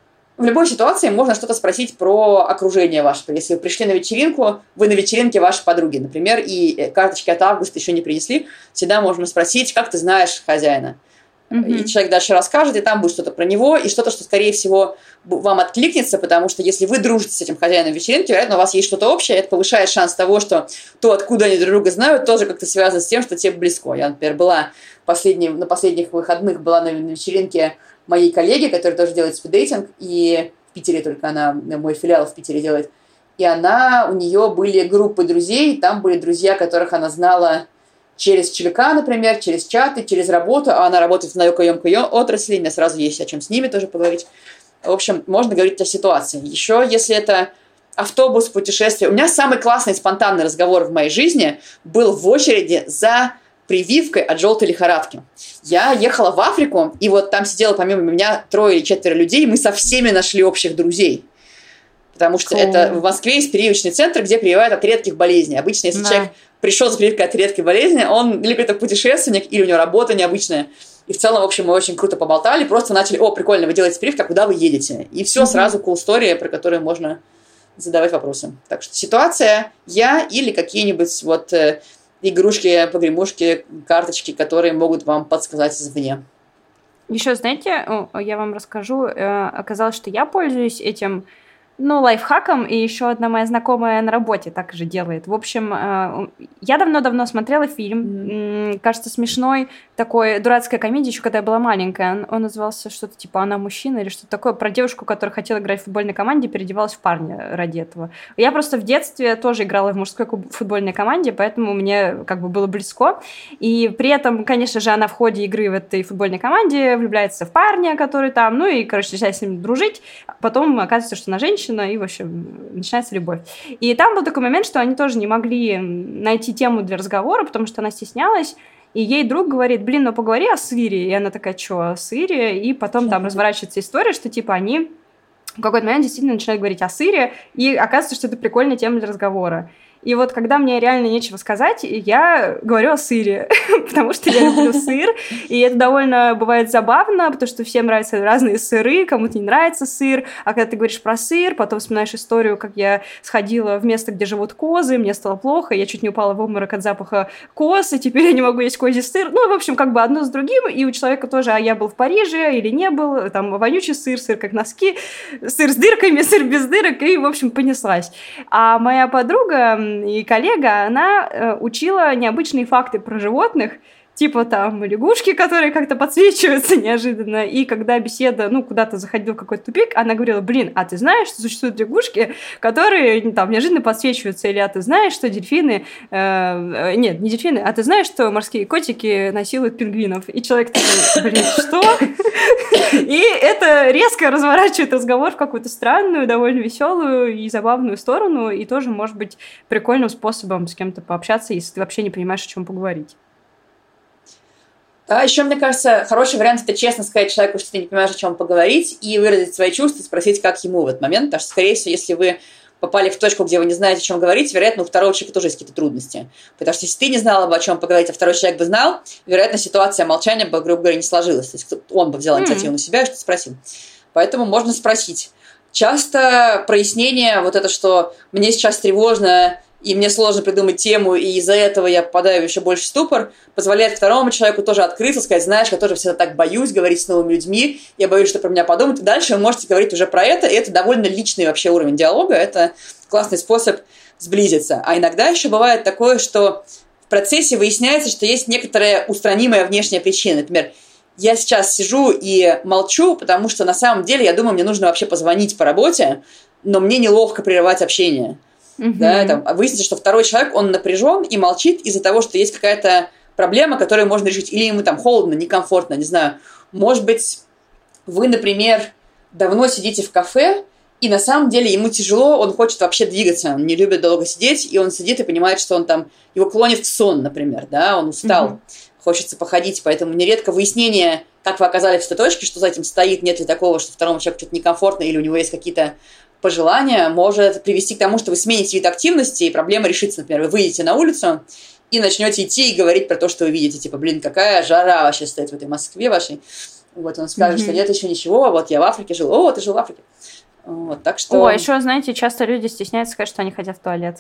В любой ситуации можно что-то спросить про окружение ваше. Если вы пришли на вечеринку, вы на вечеринке вашей подруги, например, и карточки от августа еще не принесли, всегда можно спросить, как ты знаешь хозяина. Mm-hmm. И человек дальше расскажет, и там будет что-то про него, и что-то, что, скорее всего, вам откликнется, потому что если вы дружите с этим хозяином вечеринки, вероятно, у вас есть что-то общее, это повышает шанс того, что то, откуда они друг друга знают, тоже как-то связано с тем, что тебе близко. Я, например, была последний, на последних выходных была на вечеринке моей коллеги, которая тоже делает спиддейтинг, и в Питере только она, мой филиал в Питере делает, и она, у нее были группы друзей, там были друзья, которых она знала через ЧВК, например, через чаты, через работу, а она работает в наукоемкой отрасли, у меня сразу есть о чем с ними тоже поговорить. В общем, можно говорить о ситуации. Еще, если это автобус, путешествие. У меня самый классный спонтанный разговор в моей жизни был в очереди за прививкой от желтой лихорадки. Я ехала в Африку, и вот там сидело помимо меня трое или четверо людей, мы со всеми нашли общих друзей. Потому что cool. это в Москве есть прививочный центр, где прививают от редких болезней. Обычно, если да. человек пришел с прививкой от редкой болезни, он или какой-то путешественник, или у него работа необычная. И в целом, в общем, мы очень круто поболтали, просто начали, о, прикольно, вы делаете прививку, а куда вы едете? И все, mm-hmm. сразу cool story, про которую можно задавать вопросы. Так что ситуация, я или какие-нибудь вот э, игрушки, погремушки, карточки, которые могут вам подсказать извне. Еще, знаете, я вам расскажу, оказалось, что я пользуюсь этим, ну, лайфхаком, и еще одна моя знакомая на работе так же делает. В общем, я давно-давно смотрела фильм, mm-hmm. кажется, смешной, такой дурацкая комедия, еще когда я была маленькая. Он назывался что-то типа «Она мужчина» или что-то такое, про девушку, которая хотела играть в футбольной команде, переодевалась в парня ради этого. Я просто в детстве тоже играла в мужской футбольной команде, поэтому мне как бы было близко. И при этом, конечно же, она в ходе игры в этой футбольной команде влюбляется в парня, который там, ну и, короче, начинает с ним дружить. Потом оказывается, что она женщина, и, в общем, начинается любовь. И там был такой момент, что они тоже не могли найти тему для разговора, потому что она стеснялась. И ей друг говорит, блин, ну поговори о сыре. И она такая, что, о сыре? И потом там разворачивается история, что типа они в какой-то момент действительно начинают говорить о сыре, и оказывается, что это прикольная тема для разговора. И вот когда мне реально нечего сказать, я говорю о сыре, потому что я люблю сыр, и это довольно бывает забавно, потому что всем нравятся разные сыры, кому-то не нравится сыр, а когда ты говоришь про сыр, потом вспоминаешь историю, как я сходила в место, где живут козы, мне стало плохо, я чуть не упала в обморок от запаха коз, и теперь я не могу есть козий сыр. Ну, в общем, как бы одно с другим, и у человека тоже, а я был в Париже или не был, там вонючий сыр, сыр как носки, сыр с дырками, сыр без дырок, и, в общем, понеслась. А моя подруга и коллега, она э, учила необычные факты про животных, типа там лягушки, которые как-то подсвечиваются неожиданно, и когда беседа, ну, куда-то заходила в какой-то тупик, она говорила, блин, а ты знаешь, что существуют лягушки, которые там неожиданно подсвечиваются, или а ты знаешь, что дельфины, э, нет, не дельфины, а ты знаешь, что морские котики насилуют пингвинов, и человек такой, блин, что? И это резко разворачивает разговор в какую-то странную, довольно веселую и забавную сторону, и тоже может быть прикольным способом с кем-то пообщаться, если ты вообще не понимаешь, о чем поговорить. Да, еще, мне кажется, хороший вариант – это честно сказать человеку, что ты не понимаешь, о чем поговорить, и выразить свои чувства, спросить, как ему в этот момент. Потому что, скорее всего, если вы попали в точку, где вы не знаете, о чем говорить, вероятно, у второго человека тоже есть какие-то трудности. Потому что если ты не знала бы, о чем поговорить, а второй человек бы знал, вероятно, ситуация молчания бы, грубо говоря, не сложилась. То есть он бы взял инициативу mm-hmm. на себя и что-то спросил. Поэтому можно спросить. Часто прояснение, вот это, что мне сейчас тревожно, и мне сложно придумать тему, и из-за этого я попадаю в еще больше ступор, позволяет второму человеку тоже открыться, сказать, знаешь, я тоже всегда так боюсь говорить с новыми людьми, я боюсь, что про меня подумают, и дальше вы можете говорить уже про это, и это довольно личный вообще уровень диалога, это классный способ сблизиться. А иногда еще бывает такое, что в процессе выясняется, что есть некоторая устранимая внешняя причина. Например, я сейчас сижу и молчу, потому что на самом деле я думаю, мне нужно вообще позвонить по работе, но мне неловко прерывать общение. Mm-hmm. Да, там, выяснится, что второй человек, он напряжен и молчит из-за того, что есть какая-то проблема, которую можно решить. Или ему там холодно, некомфортно, не знаю. Может быть, вы, например, давно сидите в кафе, и на самом деле ему тяжело, он хочет вообще двигаться, он не любит долго сидеть, и он сидит и понимает, что он там, его клонит в сон, например, да, он устал, mm-hmm. хочется походить, поэтому нередко выяснение, как вы оказались в той точке, что за этим стоит, нет ли такого, что второму человеку что-то некомфортно, или у него есть какие-то пожелания, может привести к тому, что вы смените вид активности, и проблема решится, например, вы выйдете на улицу и начнете идти и говорить про то, что вы видите, типа, блин, какая жара вообще стоит в этой Москве вашей, вот он скажет, mm-hmm. что нет еще ничего, вот я в Африке жил, о, ты жил в Африке. Вот, так что... О, еще, знаете, часто люди стесняются сказать, что они хотят в туалет.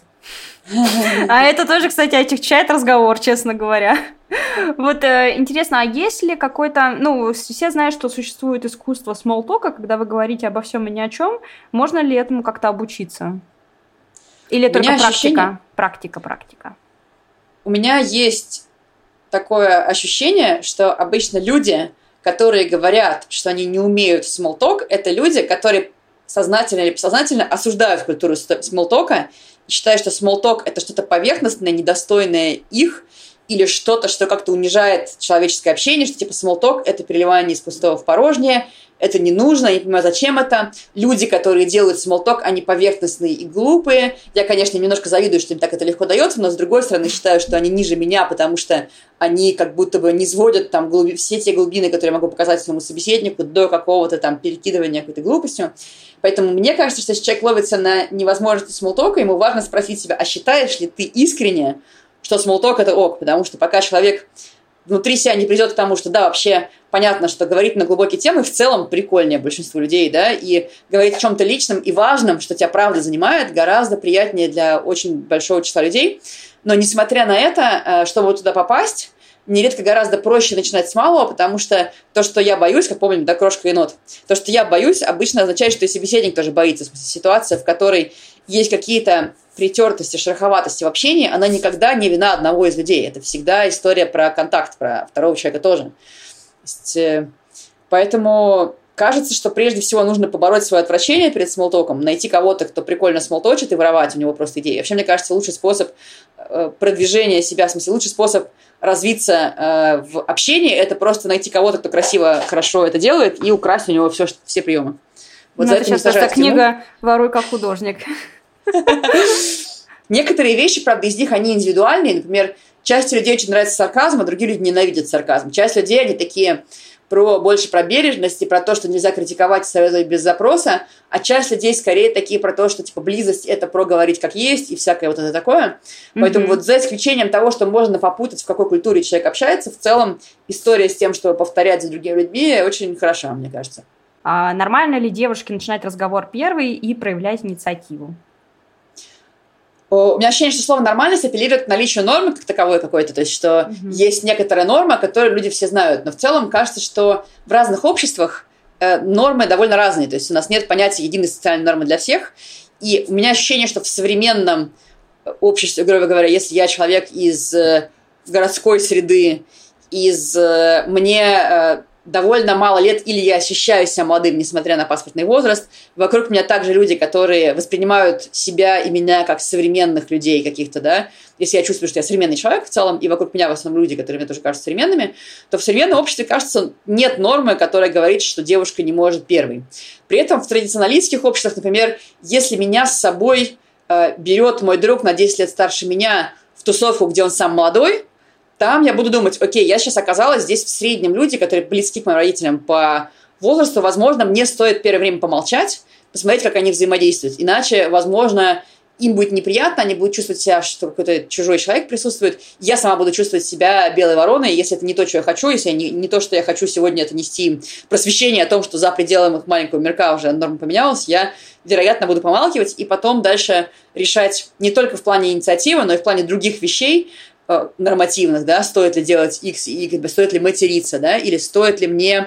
А это тоже, кстати, отягчает разговор, честно говоря. Вот интересно, а есть ли какой-то... Ну, все знают, что существует искусство смолтока, когда вы говорите обо всем и ни о чем. Можно ли этому как-то обучиться? Или только практика? Практика, практика. У меня есть такое ощущение, что обычно люди, которые говорят, что они не умеют смолток, это люди, которые сознательно или бессознательно осуждают культуру смолтока и считают, что смолток – это что-то поверхностное, недостойное их, или что-то, что как-то унижает человеческое общение, что типа смолток – это переливание из пустого в порожнее, это не нужно, я не понимаю, зачем это. Люди, которые делают смолток, они поверхностные и глупые. Я, конечно, немножко завидую, что им так это легко дается, но, с другой стороны, считаю, что они ниже меня, потому что они как будто бы не сводят там глуби... все те глубины, которые я могу показать своему собеседнику, до какого-то там перекидывания какой-то глупостью. Поэтому мне кажется, что если человек ловится на невозможности смолтока, ему важно спросить себя, а считаешь ли ты искренне, что смолток – это ок? Потому что пока человек внутри себя не придет к тому, что да, вообще понятно, что говорить на глубокие темы в целом прикольнее большинству людей, да, и говорить о чем-то личном и важном, что тебя правда занимает, гораздо приятнее для очень большого числа людей. Но несмотря на это, чтобы туда попасть, нередко гораздо проще начинать с малого, потому что то, что я боюсь, как помним, да, крошка енот, то, что я боюсь, обычно означает, что и собеседник тоже боится. В смысле, ситуация, в которой есть какие-то притертости, шероховатости в общении, она никогда не вина одного из людей. Это всегда история про контакт, про второго человека тоже. То есть, э, поэтому кажется, что прежде всего нужно побороть свое отвращение перед смолтоком, найти кого-то, кто прикольно смолточит, и воровать у него просто идеи. Вообще, мне кажется, лучший способ э, продвижения себя, в смысле, лучший способ развиться э, в общении, это просто найти кого-то, кто красиво, хорошо это делает, и украсть у него все, все приемы. Вот ну, это сейчас просто книга «Воруй как художник». Некоторые вещи, правда, из них они индивидуальные. Например, часть людей очень нравится сарказм, а другие люди ненавидят сарказм. Часть людей, они такие про, больше про бережность и про то, что нельзя критиковать и советовать без запроса, а часть людей скорее такие про то, что типа близость – это про говорить как есть и всякое вот это такое. Mm-hmm. Поэтому вот за исключением того, что можно попутать, в какой культуре человек общается, в целом история с тем, чтобы повторять за другими людьми, очень хороша, мне кажется. А нормально ли девушке начинать разговор первой и проявлять инициативу? У меня ощущение, что слово «нормальность» апеллирует к наличию нормы как таковой какой-то, то есть что mm-hmm. есть некоторая норма, которую люди все знают, но в целом кажется, что в разных обществах э, нормы довольно разные, то есть у нас нет понятия единой социальной нормы для всех, и у меня ощущение, что в современном обществе, грубо говоря, если я человек из э, городской среды, из э, мне... Э, довольно мало лет, или я ощущаю себя молодым, несмотря на паспортный возраст. Вокруг меня также люди, которые воспринимают себя и меня как современных людей каких-то, да. Если я чувствую, что я современный человек в целом, и вокруг меня в основном люди, которые мне тоже кажутся современными, то в современном обществе, кажется, нет нормы, которая говорит, что девушка не может первой. При этом в традиционалистских обществах, например, если меня с собой э, берет мой друг на десять лет старше меня в тусовку, где он сам молодой, там я буду думать, окей, я сейчас оказалась здесь в среднем люди, которые близки к моим родителям по возрасту, возможно, мне стоит первое время помолчать, посмотреть, как они взаимодействуют. Иначе, возможно, им будет неприятно, они будут чувствовать себя, что какой-то чужой человек присутствует. Я сама буду чувствовать себя белой вороной, если это не то, что я хочу, если не, не то, что я хочу сегодня, это нести просвещение о том, что за пределами их маленького мирка уже норма поменялась, я, вероятно, буду помалкивать и потом дальше решать не только в плане инициативы, но и в плане других вещей, нормативных, да, стоит ли делать X и Y, стоит ли материться, да, или стоит ли мне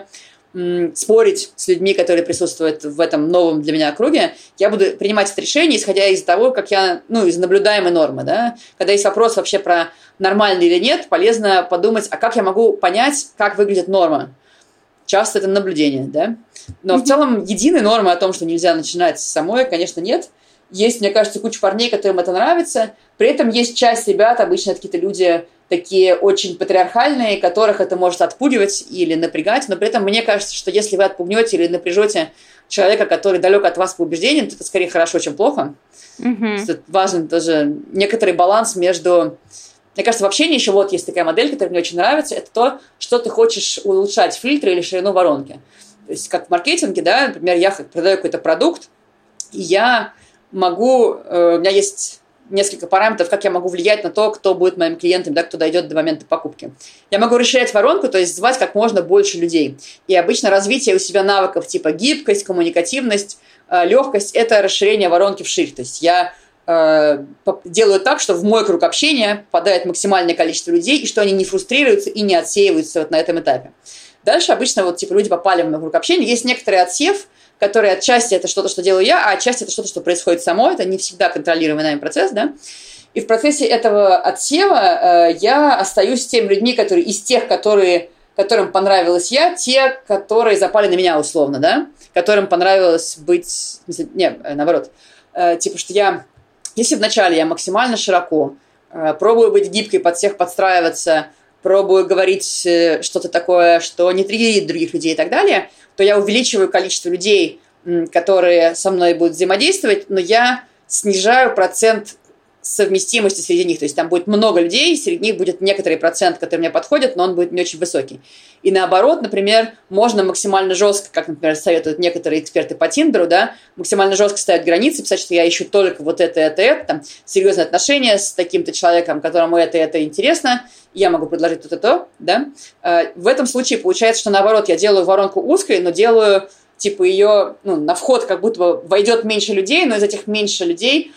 м, спорить с людьми, которые присутствуют в этом новом для меня круге. Я буду принимать это решение, исходя из того, как я, ну, из наблюдаемой нормы, да. Когда есть вопрос вообще про нормально или нет, полезно подумать, а как я могу понять, как выглядит норма. Часто это наблюдение, да. Но mm-hmm. в целом единой нормы о том, что нельзя начинать с самой, конечно, нет. Есть, мне кажется, куча парней, которым это нравится. При этом есть часть ребят, обычно это какие-то люди такие очень патриархальные, которых это может отпугивать или напрягать. Но при этом мне кажется, что если вы отпугнете или напряжете человека, который далек от вас по убеждениям, то это скорее хорошо, чем плохо. Mm-hmm. Это важен тоже некоторый баланс между... Мне кажется, в общении еще вот есть такая модель, которая мне очень нравится. Это то, что ты хочешь улучшать, фильтры или ширину воронки. То есть как в маркетинге, да, например, я продаю какой-то продукт, и я могу... Э, у меня есть несколько параметров, как я могу влиять на то, кто будет моим клиентом, да, кто дойдет до момента покупки. Я могу расширять воронку, то есть звать как можно больше людей. И обычно развитие у себя навыков типа гибкость, коммуникативность, э, легкость – это расширение воронки вширь. То есть я э, делаю так, что в мой круг общения попадает максимальное количество людей, и что они не фрустрируются и не отсеиваются вот на этом этапе. Дальше обычно вот типа люди попали в мой круг общения. Есть некоторый отсев, который отчасти это что-то, что делаю я, а отчасти это что-то, что происходит само. Это не всегда контролируемый нами процесс, да. И в процессе этого отсева э, я остаюсь с теми людьми, которые из тех, которые, которым понравилась я, те, которые запали на меня условно, да, которым понравилось быть... В смысле, не, наоборот. Э, типа, что я... Если вначале я максимально широко э, пробую быть гибкой, под всех подстраиваться, пробую говорить э, что-то такое, что не триггерит других людей и так далее, то я увеличиваю количество людей, которые со мной будут взаимодействовать, но я снижаю процент совместимости среди них. То есть там будет много людей, среди них будет некоторый процент, который мне подходит, но он будет не очень высокий. И наоборот, например, можно максимально жестко, как, например, советуют некоторые эксперты по Тиндеру, да, максимально жестко ставить границы, писать, что я ищу только вот это, это, это, там, серьезные отношения с таким-то человеком, которому это, это интересно, я могу предложить то-то, то, да. В этом случае получается, что наоборот, я делаю воронку узкой, но делаю, типа, ее, ну, на вход как будто бы войдет меньше людей, но из этих меньше людей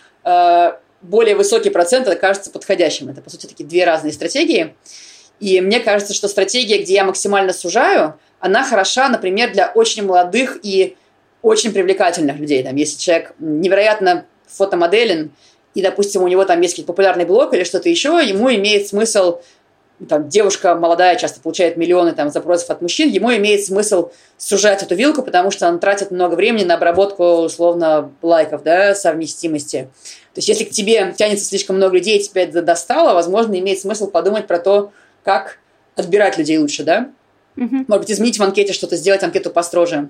более высокий процент окажется подходящим. Это, по сути, такие две разные стратегии. И мне кажется, что стратегия, где я максимально сужаю, она хороша, например, для очень молодых и очень привлекательных людей. Там, если человек невероятно фотомоделен, и, допустим, у него там есть какой-то популярный блог или что-то еще, ему имеет смысл... Там, девушка молодая часто получает миллионы там, запросов от мужчин, ему имеет смысл сужать эту вилку, потому что он тратит много времени на обработку, условно, лайков, да, совместимости. То есть, если к тебе тянется слишком много людей, и тебя это достало, возможно, имеет смысл подумать про то, как отбирать людей лучше, да? Mm-hmm. Может быть, изменить в анкете что-то, сделать анкету построже.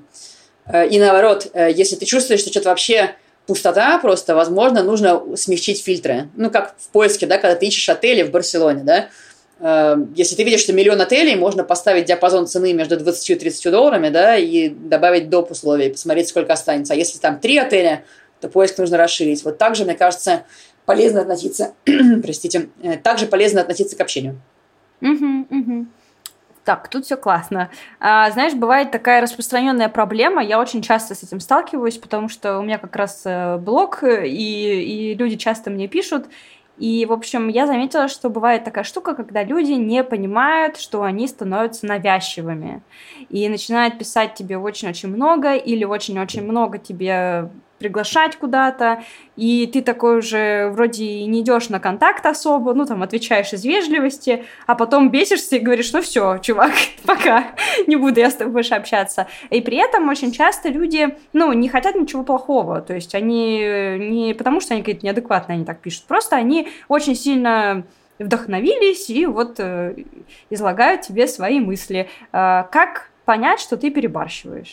И наоборот, если ты чувствуешь, что что-то вообще пустота просто, возможно, нужно смягчить фильтры. Ну, как в поиске, да, когда ты ищешь отели в Барселоне, да? Если ты видишь, что миллион отелей, можно поставить диапазон цены между двадцатью и тридцатью долларами, да, и добавить доп. Условий, посмотреть, сколько останется. А если там три отеля, то поиск нужно расширить. Вот так же, мне кажется, полезно относиться, простите, также полезно относиться к общению. Угу, угу. Так, тут все классно. А, знаешь, бывает такая распространенная проблема, я очень часто с этим сталкиваюсь, потому что у меня как раз блог, и, и люди часто мне пишут. И, в общем, я заметила, что бывает такая штука, когда люди не понимают, что они становятся навязчивыми. И начинают писать тебе очень-очень много или очень-очень много тебе приглашать куда-то, и ты такой уже вроде и не идешь на контакт особо, ну, там, отвечаешь из вежливости, а потом бесишься и говоришь, ну, все, чувак, пока, не буду я с тобой больше общаться. И при этом очень часто люди, ну, не хотят ничего плохого, то есть они не потому, что они какие-то неадекватные, они так пишут, просто они очень сильно вдохновились и вот э, излагают тебе свои мысли. Э, как понять, что ты перебарщиваешь?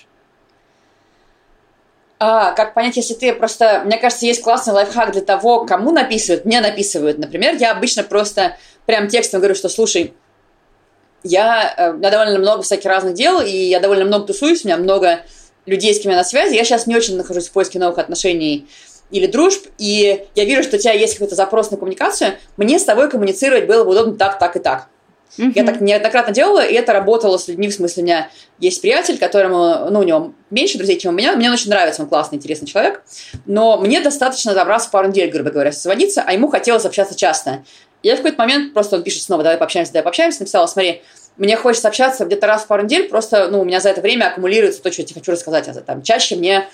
А, как понять, если ты просто... Мне кажется, есть классный лайфхак для того, кому написывают. Мне написывают, например. Я обычно просто прям текстом говорю, что, слушай, я, у меня довольно много всяких разных дел, и я довольно много тусуюсь, у меня много людей, с кем я на связи. Я сейчас не очень нахожусь в поиске новых отношений или дружб, и я вижу, что у тебя есть какой-то запрос на коммуникацию. Мне с тобой коммуницировать было бы удобно так, так и так. Mm-hmm. Я так неоднократно делала, и это работало с людьми, в смысле, у меня есть приятель, которому, ну, у него меньше друзей, чем у меня, мне он очень нравится, он классный, интересный человек, но мне достаточно добраться пару недель, грубо говоря, созвониться, а ему хотелось общаться часто. И я в какой-то момент, просто он пишет снова, давай пообщаемся, давай пообщаемся, написала, смотри, мне хочется общаться где-то раз в пару недель, просто, ну, у меня за это время аккумулируется то, что я тебе хочу рассказать. А там чаще мне...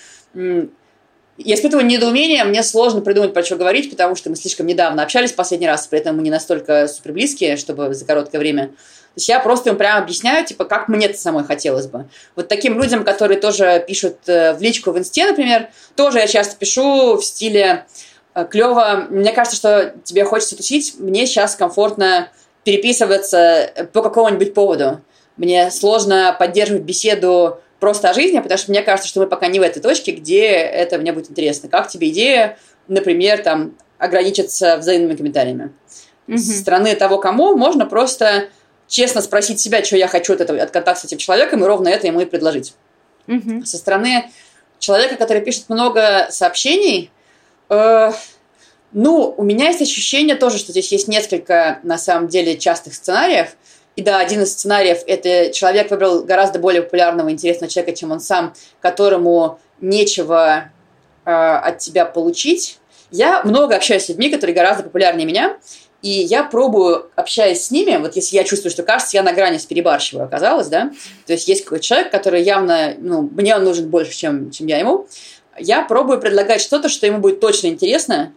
Я испытываю недоумение, мне сложно придумать, про что говорить, потому что мы слишком недавно общались в последний раз, при этом мы не настолько супер близкие, чтобы за короткое время. То есть я просто им прямо объясняю, типа, как мне-то самой хотелось бы. Вот таким людям, которые тоже пишут в личку в инсте, например, тоже я часто пишу в стиле клево. Мне кажется, что тебе хочется тусить, мне сейчас комфортно переписываться по какому-нибудь поводу. Мне сложно поддерживать беседу просто о жизни, потому что мне кажется, что мы пока не в этой точке, где это мне будет интересно. Как тебе идея, например, там, ограничиться взаимными комментариями? Mm-hmm. Со стороны того, кому, можно просто честно спросить себя, что я хочу от, этого, от контакта с этим человеком, и ровно это ему и предложить. Mm-hmm. Со стороны человека, который пишет много сообщений, э, ну, у меня есть ощущение тоже, что здесь есть несколько, на самом деле, частых сценариев. И да, один из сценариев – это человек выбрал гораздо более популярного, интересного человека, чем он сам, которому нечего э, от тебя получить. Я много общаюсь с людьми, которые гораздо популярнее меня, и я пробую, общаясь с ними, вот если я чувствую, что, кажется, я на грани с перебарщиваю оказалось, да, то есть есть какой-то человек, который явно, ну, мне он нужен больше, чем, чем я ему, я пробую предлагать что-то, что ему будет точно интересно,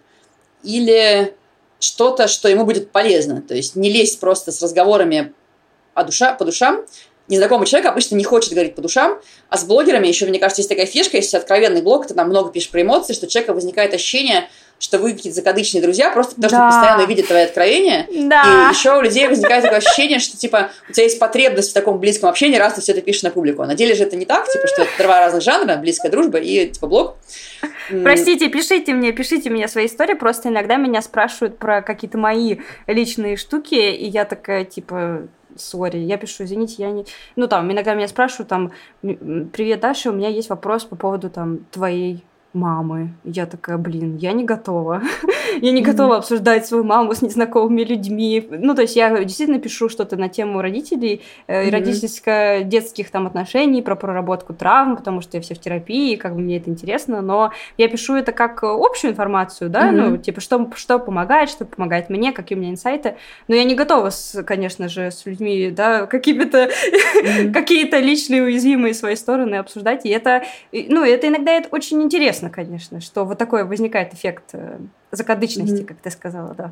или что-то, что ему будет полезно, то есть не лезть просто с разговорами А душа, по душам. Незнакомый человек обычно не хочет говорить по душам, а с блогерами еще, мне кажется, есть такая фишка, если откровенный блог, ты там много пишешь про эмоции, что у человека возникает ощущение, что вы какие-то закадычные друзья, просто потому да. что постоянно видят твои откровения. Да. И еще у людей возникает такое ощущение, что, типа, у тебя есть потребность в таком близком общении, раз ты все это пишешь на публику. А на деле же это не так, типа, что это два разных жанра, близкая дружба и, типа, блог. Простите, пишите мне, пишите мне свои истории, просто иногда меня спрашивают про какие-то мои личные штуки, и я такая, типа... Сори, я пишу, извините, я не... Ну, там, иногда меня спрашивают, там, привет, Даша, у меня есть вопрос по поводу, там, твоей мамы. Я такая, блин, я не готова. я не mm-hmm. готова обсуждать свою маму с незнакомыми людьми. Ну, то есть я действительно пишу что-то на тему родителей, mm-hmm. родительско-детских там отношений, про проработку травм, потому что я все в терапии, как бы мне это интересно, но я пишу это как общую информацию, да, mm-hmm. ну, типа, что, что помогает, что помогает мне, какие у меня инсайты. Но я не готова, с, конечно же, с людьми, да, какими-то mm-hmm. какие-то личные уязвимые свои стороны обсуждать, и это, ну, это иногда это очень интересно, конечно, что вот такой возникает эффект закадычности, mm-hmm. как ты сказала, да.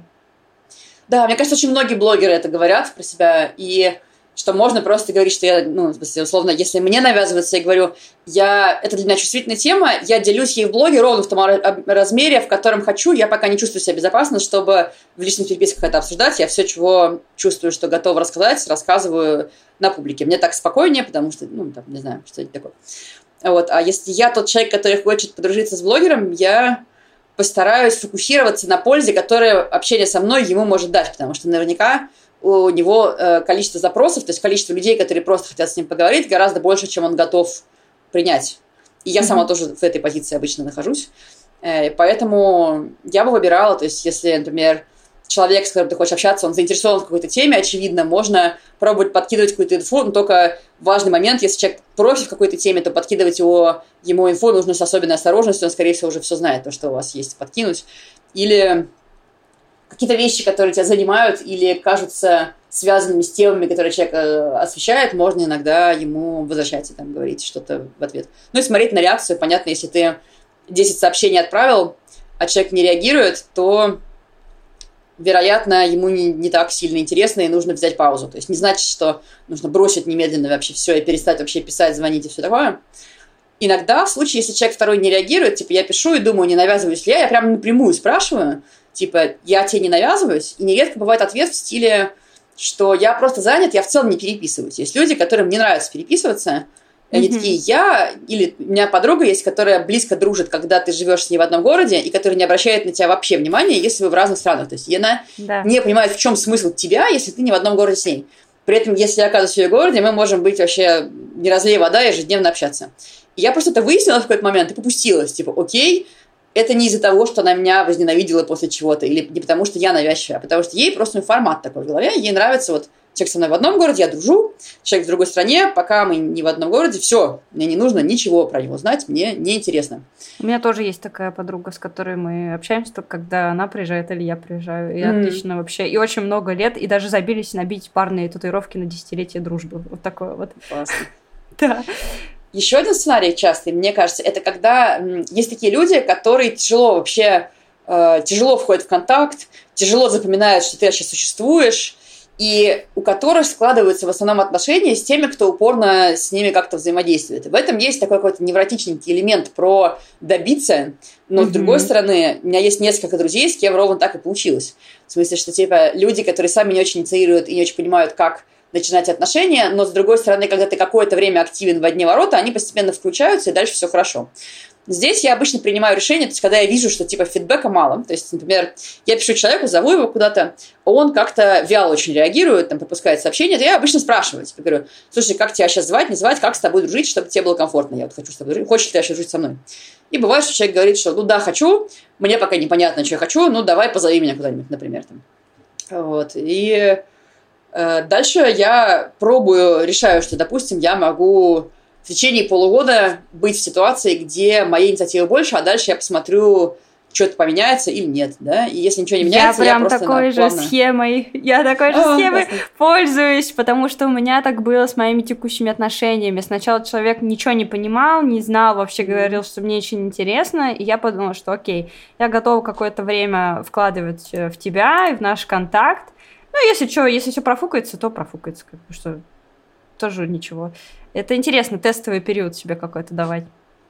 Да, мне кажется, очень многие блогеры это говорят про себя, и что можно просто говорить, что я, ну, условно, если мне навязывается, я говорю, я, это для меня чувствительная тема, я делюсь ей в блоге ровно в том размере, в котором хочу, я пока не чувствую себя безопасно, чтобы в личных переписках это обсуждать, я все, чего чувствую, что готова рассказать, рассказываю на публике. Мне так спокойнее, потому что, ну, там, не знаю, что это такое. Вот. А если я тот человек, который хочет подружиться с блогером, я постараюсь фокусироваться на пользе, которую общение со мной ему может дать, потому что наверняка у него э, количество запросов, то есть количество людей, которые просто хотят с ним поговорить, гораздо больше, чем он готов принять. И я mm-hmm. сама тоже в этой позиции обычно нахожусь. Э, поэтому я бы выбирала, то есть если, например, человек, с которым ты хочешь общаться, он заинтересован в какой-то теме, очевидно, можно пробовать подкидывать какую-то инфу, но только важный момент, если человек профи в какой-то теме, то подкидывать его, ему инфу нужно с особенной осторожностью, он, скорее всего, уже все знает, то, что у вас есть, подкинуть. Или какие-то вещи, которые тебя занимают или кажутся связанными с темами, которые человек освещает, можно иногда ему возвращать и там говорить что-то в ответ. Ну и смотреть на реакцию. Понятно, если ты десять сообщений отправил, а человек не реагирует, то... вероятно, ему не, не так сильно интересно, и нужно взять паузу. То есть не значит, что нужно бросить немедленно вообще все и перестать вообще писать, звонить и все такое. Иногда, в случае, если человек второй не реагирует, типа, я пишу и думаю, не навязываюсь ли я, я прям напрямую спрашиваю, типа, я тебе не навязываюсь, и нередко бывает ответ в стиле, что я просто занят, я в целом не переписываюсь. Есть люди, которым не нравится переписываться, и они mm-hmm. такие, я, или у меня подруга есть, которая близко дружит, когда ты живешь с ней в одном городе, и которая не обращает на тебя вообще внимания, если вы в разных странах. То есть она да. не понимает, в чем смысл тебя, если ты не в одном городе с ней. При этом, если я оказываюсь в ее городе, мы можем быть вообще не разлей вода и ежедневно общаться. И я просто это выяснила в какой-то момент и попустилась. Типа, окей, это не из-за того, что она меня возненавидела после чего-то, или не потому, что я навязчивая, а потому что ей просто формат такой в голове, ей нравится вот Человек со мной в одном городе, я дружу, человек в другой стране, пока мы не в одном городе, все, мне не нужно ничего про него знать, мне неинтересно. У меня тоже есть такая подруга, с которой мы общаемся, только когда она приезжает или я приезжаю. И mm. отлично вообще. И очень много лет, и даже забились набить парные татуировки на десятилетие дружбы. Вот такое вот. Классно. Да. Еще один сценарий частый, мне кажется, это когда есть такие люди, которые тяжело вообще, э, тяжело входят в контакт, тяжело запоминают, что ты вообще существуешь, и у которых складываются в основном отношения с теми, кто упорно с ними как-то взаимодействует. И в этом есть такой какой-то невротичненький элемент про добиться, но mm-hmm. с другой стороны, у меня есть несколько друзей, с кем ровно так и получилось. В смысле, что типа люди, которые сами не очень инициируют и не очень понимают, как начинать отношения, но с другой стороны, когда ты какое-то время активен в одни ворота, они постепенно включаются, и дальше все хорошо. Здесь я обычно принимаю решение, то есть когда я вижу, что типа фидбэка мало, то есть, например, я пишу человеку, зову его куда-то, он как-то вяло очень реагирует, там, пропускает сообщение, то я обычно спрашиваю, типа, говорю, слушай, как тебя сейчас звать, не звать, как с тобой дружить, чтобы тебе было комфортно, я вот хочу с тобой дружить, хочешь ли ты вообще дружить со мной? И бывает, что человек говорит, что ну да, хочу, мне пока непонятно, что я хочу, ну давай позови меня куда-нибудь, например, там. Вот, и э, дальше я пробую, решаю, что, допустим, я могу в течение полугода быть в ситуации, где моей инициативы больше, а дальше я посмотрю, что-то поменяется или нет, да, и если ничего не меняется, я, я прям просто такой же плавно... схемой, я такой же О, схемой классно. пользуюсь, потому что у меня так было с моими текущими отношениями. Сначала человек ничего не понимал, не знал, вообще говорил, что мне очень интересно, и я подумала, что окей, я готова какое-то время вкладывать в тебя и в наш контакт. Ну, если что, если все профукается, то профукается, как бы, что тоже ничего. Это интересно, тестовый период себе какой-то давать.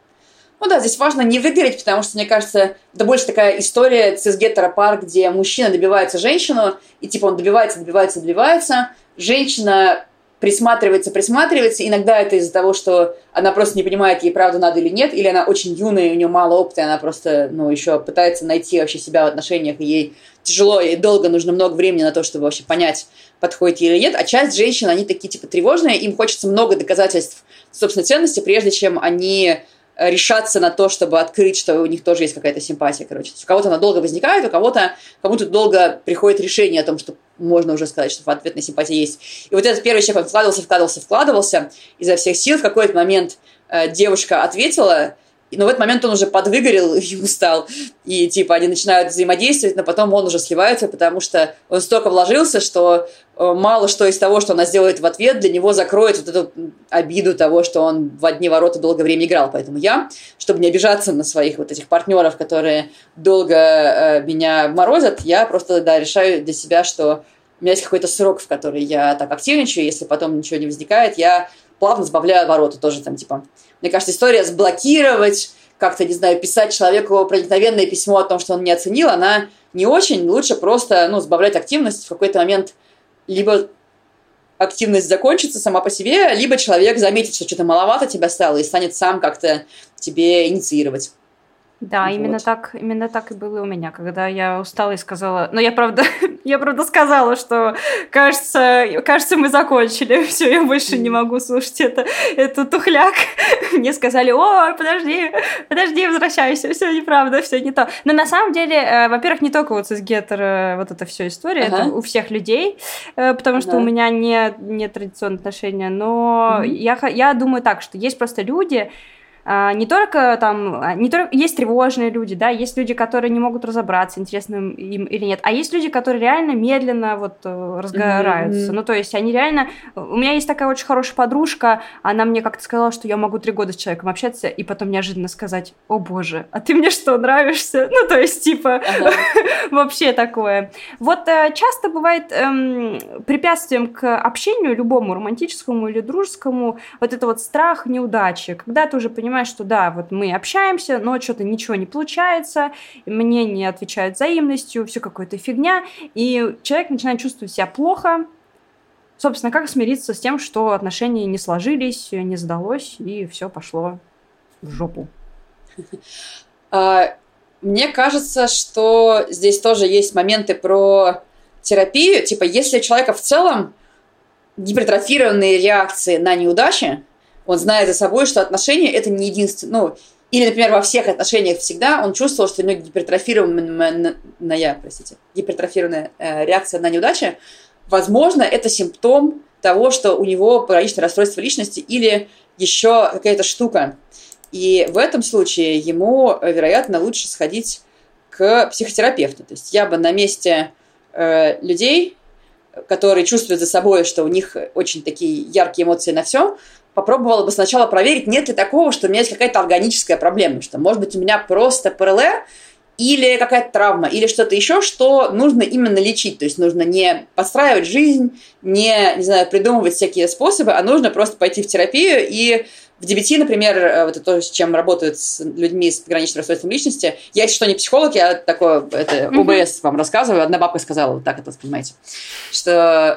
Ну да, здесь важно не выгореть, потому что, мне кажется, это больше такая история цис-гетеро-пар, где мужчина добивается женщину, и типа он добивается, добивается, добивается, женщина присматривается, присматривается, иногда это из-за того, что она просто не понимает, ей правда надо или нет, или она очень юная, у нее мало опыта, и она просто, ну, еще пытается найти вообще себя в отношениях, и ей тяжело, и долго, нужно много времени на то, чтобы вообще понять, подходит ей или нет, а часть женщин, они такие, типа, тревожные, им хочется много доказательств собственной ценности, прежде чем они решаться на то, чтобы открыть, что у них тоже есть какая-то симпатия, короче. У кого-то она долго возникает, у кого-то кому-то долго приходит решение о том, что можно уже сказать, что ответная симпатия есть. И вот этот первый человек, он вкладывался, вкладывался, вкладывался изо всех сил. В какой-то момент э, девушка ответила, но в этот момент он уже подвыгорел и устал. И типа они начинают взаимодействовать, но потом он уже сливается, потому что он столько вложился, что мало что из того, что она сделает в ответ, для него закроет вот эту обиду того, что он в одни ворота долгое время играл. Поэтому я, чтобы не обижаться на своих вот этих партнеров, которые долго э, меня морозят, я просто, да, решаю для себя, что у меня есть какой-то срок, в который я так активничаю, если потом ничего не возникает, я плавно сбавляю обороты тоже там, типа. Мне кажется, история сблокировать, как-то, не знаю, писать человеку проникновенное письмо о том, что он не оценил, она не очень. Лучше просто, ну, сбавлять активность. В какой-то момент либо активность закончится сама по себе, либо человек заметит, что что-то маловато тебя стало и станет сам как-то тебе инициировать. Да, вот. именно так, именно так и было у меня, когда я устала и сказала, ну я правда, я правда сказала, что кажется, кажется, мы закончили, все, я больше mm. не могу слушать это, это тухляк. Мне сказали, ой, подожди, подожди, возвращайся, все неправда, все не то. Но на самом деле, во-первых, не только вот цисгетер, вот эта вся история, ага. это у всех людей, потому что ага. у меня не, не традиционные отношения, но mm-hmm. я, я думаю так, что есть просто люди. Uh, не только там, не только есть тревожные люди, да, есть люди, которые не могут разобраться, интересно им или нет, а есть люди, которые реально медленно вот разгораются, mm-hmm. ну, то есть они реально, у меня есть такая очень хорошая подружка, она мне как-то сказала, что я могу три года с человеком общаться, и потом неожиданно сказать, о боже, а ты мне что, нравишься? Ну, то есть, типа, uh-huh. вообще такое. Вот часто бывает эм, препятствием к общению, любому романтическому или дружескому, вот это вот страх неудачи, когда ты уже понимаешь, что да, вот мы общаемся, но что-то ничего не получается, мне не отвечают взаимностью, все какая-то фигня, и человек начинает чувствовать себя плохо. Собственно, как смириться с тем, что отношения не сложились, не сдалось, и все пошло в жопу? Мне кажется, что здесь тоже есть моменты про терапию. Типа, если у человека в целом гипертрофированные реакции на неудачи, он знает за собой, что отношения – это не единственное. Ну, или, например, во всех отношениях всегда он чувствовал, что у него гипертрофированная, простите, гипертрофированная э, реакция на неудачи, возможно, это симптом того, что у него пограничное расстройство личности или еще какая-то штука. И в этом случае ему, вероятно, лучше сходить к психотерапевту. То есть я бы на месте э, людей, которые чувствуют за собой, что у них очень такие яркие эмоции на все, попробовала бы сначала проверить, нет ли такого, что у меня есть какая-то органическая проблема, что, может быть, у меня просто ПРЛ или какая-то травма, или что-то еще, что нужно именно лечить. То есть нужно не подстраивать жизнь, не, не знаю, придумывать всякие способы, а нужно просто пойти в терапию. И в ди би ти, например, вот это то, с чем работают с людьми с пограничным расстройством личности. Я, если что, не психолог, я такое, это, о бэ эс вам рассказываю. Одна бабка сказала, вот так это воспринимаете, что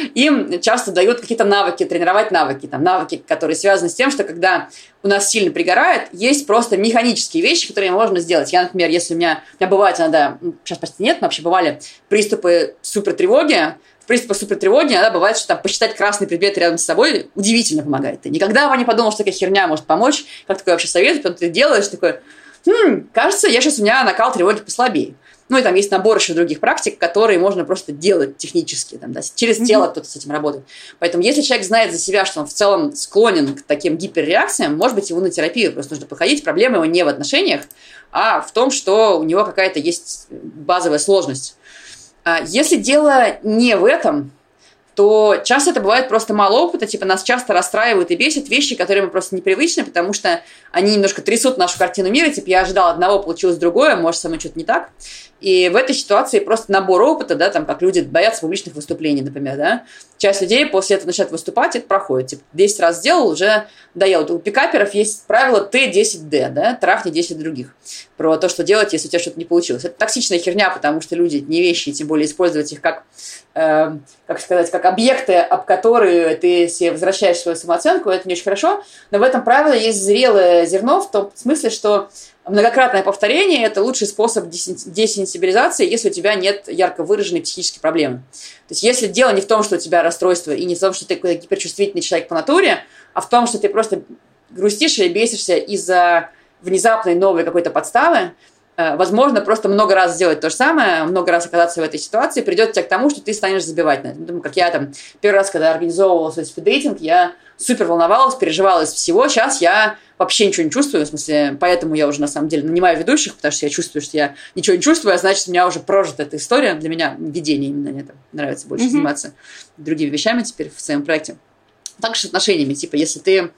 им часто дают какие-то навыки, тренировать навыки, там, навыки, которые связаны с тем, что когда у нас сильно пригорает, есть просто механические вещи, которые можно сделать. Я, например, если у меня, у меня бывает иногда, сейчас почти нет, но вообще бывали приступы супертревоги, приступа супертревоги, иногда бывает, что там посчитать красный предмет рядом с собой удивительно помогает. Ты никогда бы не подумал, что такая херня может помочь, как такое вообще советует, потом ты делаешь, такой, хм, кажется, я сейчас у меня накал тревоги послабее. Ну и там есть набор еще других практик, которые можно просто делать технически, там, да, через тело mm-hmm. кто-то с этим работает. Поэтому если человек знает за себя, что он в целом склонен к таким гиперреакциям, может быть, ему на терапию просто нужно походить. Проблема его не в отношениях, а в том, что у него какая-то есть базовая сложность. Если дело не в этом, то часто это бывает просто мало опыта, типа нас часто расстраивают и бесят вещи, которые мы просто непривычны, потому что они немножко трясут нашу картину мира, типа я ожидал одного, получилось другое, может, со мной что-то не так. И в этой ситуации просто набор опыта, да, там, как люди боятся публичных выступлений, например, да. Часть людей после этого начинают выступать, это проходит. Типа, десять раз сделал, уже доел. У пикаперов есть правило Т десять Д, да, трахни десять других. Про то, что делать, если у тебя что-то не получилось. Это токсичная херня, потому что люди не вещи, тем более использовать их как, э, как сказать, как объекты, об которые ты себе возвращаешь свою самооценку, это не очень хорошо. Но в этом правиле есть зрелое зерно в том смысле, что многократное повторение – это лучший способ десенсибилизации, если у тебя нет ярко выраженной психической проблемы. То есть, если дело не в том, что у тебя расстройство, и не в том, что ты какой-то гиперчувствительный человек по натуре, а в том, что ты просто грустишь или бесишься из-за внезапной новой какой-то подставы, возможно, просто много раз сделать то же самое, много раз оказаться в этой ситуации, придет тебя к тому, что ты станешь забивать на это. Думаю, как я там первый раз, когда организовывала свой спиддейтинг, я супер волновалась, переживала из всего. Сейчас я вообще ничего не чувствую, в смысле, поэтому я уже на самом деле нанимаю ведущих, потому что я чувствую, что я ничего не чувствую, а значит, у меня уже прожита эта история. Для меня ведение именно, мне это нравится больше mm-hmm. заниматься другими вещами теперь в своем проекте. Так же с отношениями, типа, если ты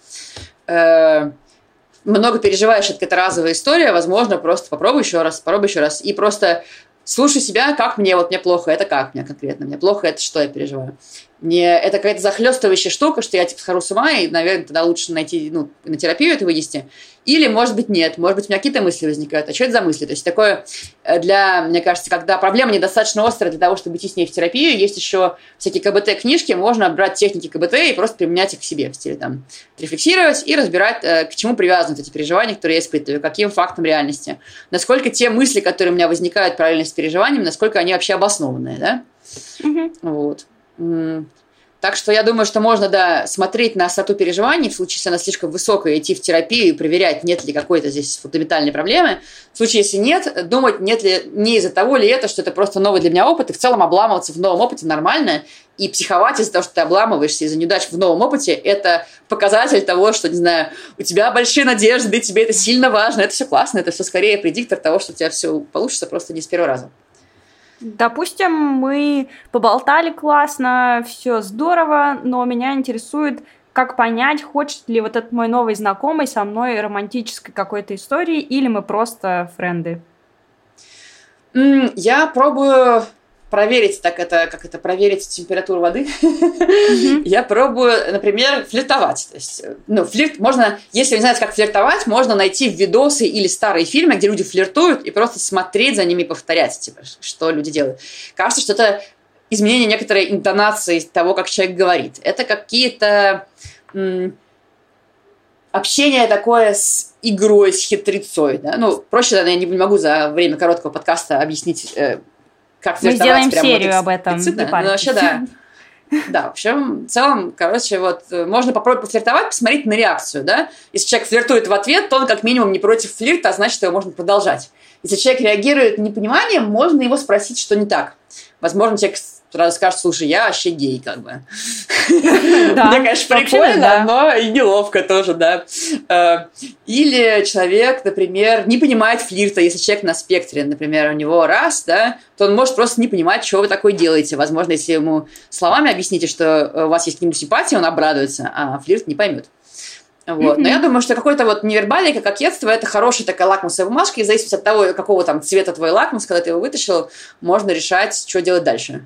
э, много переживаешь, это какая-то разовая история, возможно, просто попробуй еще раз, попробуй еще раз, и просто слушай себя, как мне, вот мне плохо, это как мне конкретно, мне плохо, это что я переживаю. Мне это какая-то захлестывающая штука, что я типа схожу с ума, и, наверное, тогда лучше найти, ну, на терапию это вынести. Или, может быть, нет. Может быть, у меня какие-то мысли возникают. А что это за мысли? То есть такое для, мне кажется, когда проблема недостаточно острая для того, чтобы идти с ней в терапию, есть еще всякие ка бэ тэ-книжки, можно брать техники ка бэ тэ и просто применять их к себе в стиле там рефлексировать и разбирать, к чему привязаны эти переживания, которые я испытываю, каким фактам реальности. Насколько те мысли, которые у меня возникают параллельно с переживанием, насколько они вообще обоснованные, да? Mm-hmm. Вот. Так что я думаю, что можно, да, смотреть на остату переживаний, в случае, если она слишком высокая, идти в терапию и проверять, нет ли какой-то здесь фундаментальной проблемы. В случае, если нет, думать, нет ли, не из-за того ли это, что это просто новый для меня опыт, и в целом обламываться в новом опыте нормально, и психовать из-за того, что ты обламываешься из-за неудач в новом опыте, это показатель того, что, не знаю, у тебя большие надежды, тебе это сильно важно, это все классно, это все скорее предиктор того, что у тебя все получится просто не с первого раза. Допустим, мы поболтали классно, все здорово, но меня интересует, как понять, хочет ли вот этот мой новый знакомый со мной романтической какой-то истории, или мы просто френды? Я пробую проверить, так это, как это, проверить температуру воды. Mm-hmm. Я пробую, например, флиртовать. То есть, ну, флирт можно, если вы не знаете, как флиртовать, можно найти видосы или старые фильмы, где люди флиртуют, и просто смотреть за ними и повторять, типа, что люди делают. Кажется, что это изменение некоторой интонации того, как человек говорит. Это какие-то м- общение такое с игрой, с хитрецой. Да? Ну, проще, да, я не могу за время короткого подкаста объяснить, э, как флиртовать. Мы сделаем серию вот об этом. Не ну, вообще, да. Да, в общем, в целом, короче, вот можно попробовать пофлиртовать, посмотреть на реакцию, да. Если человек флиртует в ответ, то он как минимум не против флирта, а значит, его можно продолжать. Если человек реагирует непониманием, можно его спросить, что не так. Возможно, человек сразу скажет, слушай, я вообще гей, как бы. Да, мне, конечно, прикольно, да. но и неловко тоже, да. Или человек, например, не понимает флирта, если человек на спектре, например, у него раз, да, то он может просто не понимать, что вы такое делаете. Возможно, если ему словами объясните, что у вас есть к нему симпатия, он обрадуется, а флирт не поймет. Вот. Mm-hmm. Но я думаю, что какое-то вот невербальное кокетство – это хорошая такая лакмусовая бумажка, и в зависимости от того, какого там цвета твой лакмус, когда ты его вытащил, можно решать, что делать дальше.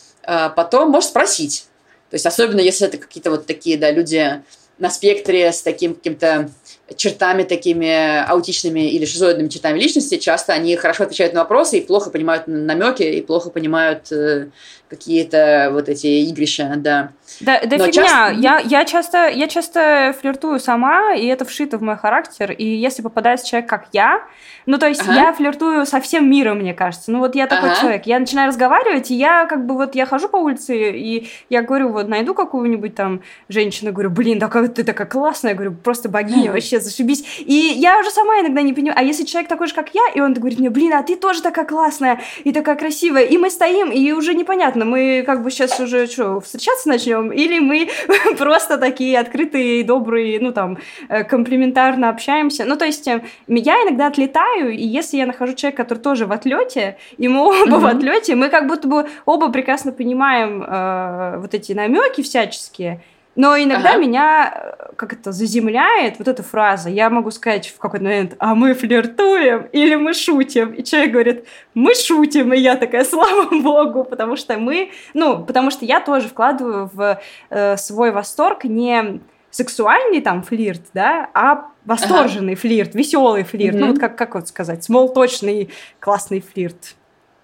Потом можешь спросить. То есть особенно если это какие-то вот такие, да, люди на спектре с таким каким-то чертами такими аутичными или шизоидными чертами личности, часто они хорошо отвечают на вопросы и плохо понимают намеки, и плохо понимают э, какие-то вот эти игрища, да. Да, да фигня. Часто... Я, я, часто, я часто флиртую сама, и это вшито в мой характер, и если попадается человек, как я, ну, то есть ага. я флиртую со всем миром, мне кажется. Ну, вот я такой ага. человек. Я начинаю разговаривать, и я как бы вот, я хожу по улице, и я говорю, вот, найду какую-нибудь там женщину, говорю, блин, да как ты такая классная, я говорю, просто богиня, вообще, зашибись. И я уже сама иногда не понимаю, а если человек такой же, как я, и он говорит мне, блин, а ты тоже такая классная, и такая красивая, и мы стоим, и уже непонятно, мы как бы сейчас уже, что, встречаться начнем, или мы просто такие открытые, добрые, ну, там, комплиментарно общаемся. Ну, то есть я иногда отлетаю, и если я нахожу человека, который тоже в отлете, и мы оба mm-hmm. в отлете, мы как будто бы оба прекрасно понимаем э, вот эти намеки всяческие, но иногда ага. меня, как это, заземляет вот эта фраза. Я могу сказать в какой-то момент, а мы флиртуем или мы шутим? И человек говорит, мы шутим, и я такая, слава богу, потому что мы, ну, потому что я тоже вкладываю в э, свой восторг не сексуальный там флирт, да, а восторженный ага. флирт, веселый флирт, mm-hmm. ну вот как, как вот сказать, смолточный классный флирт.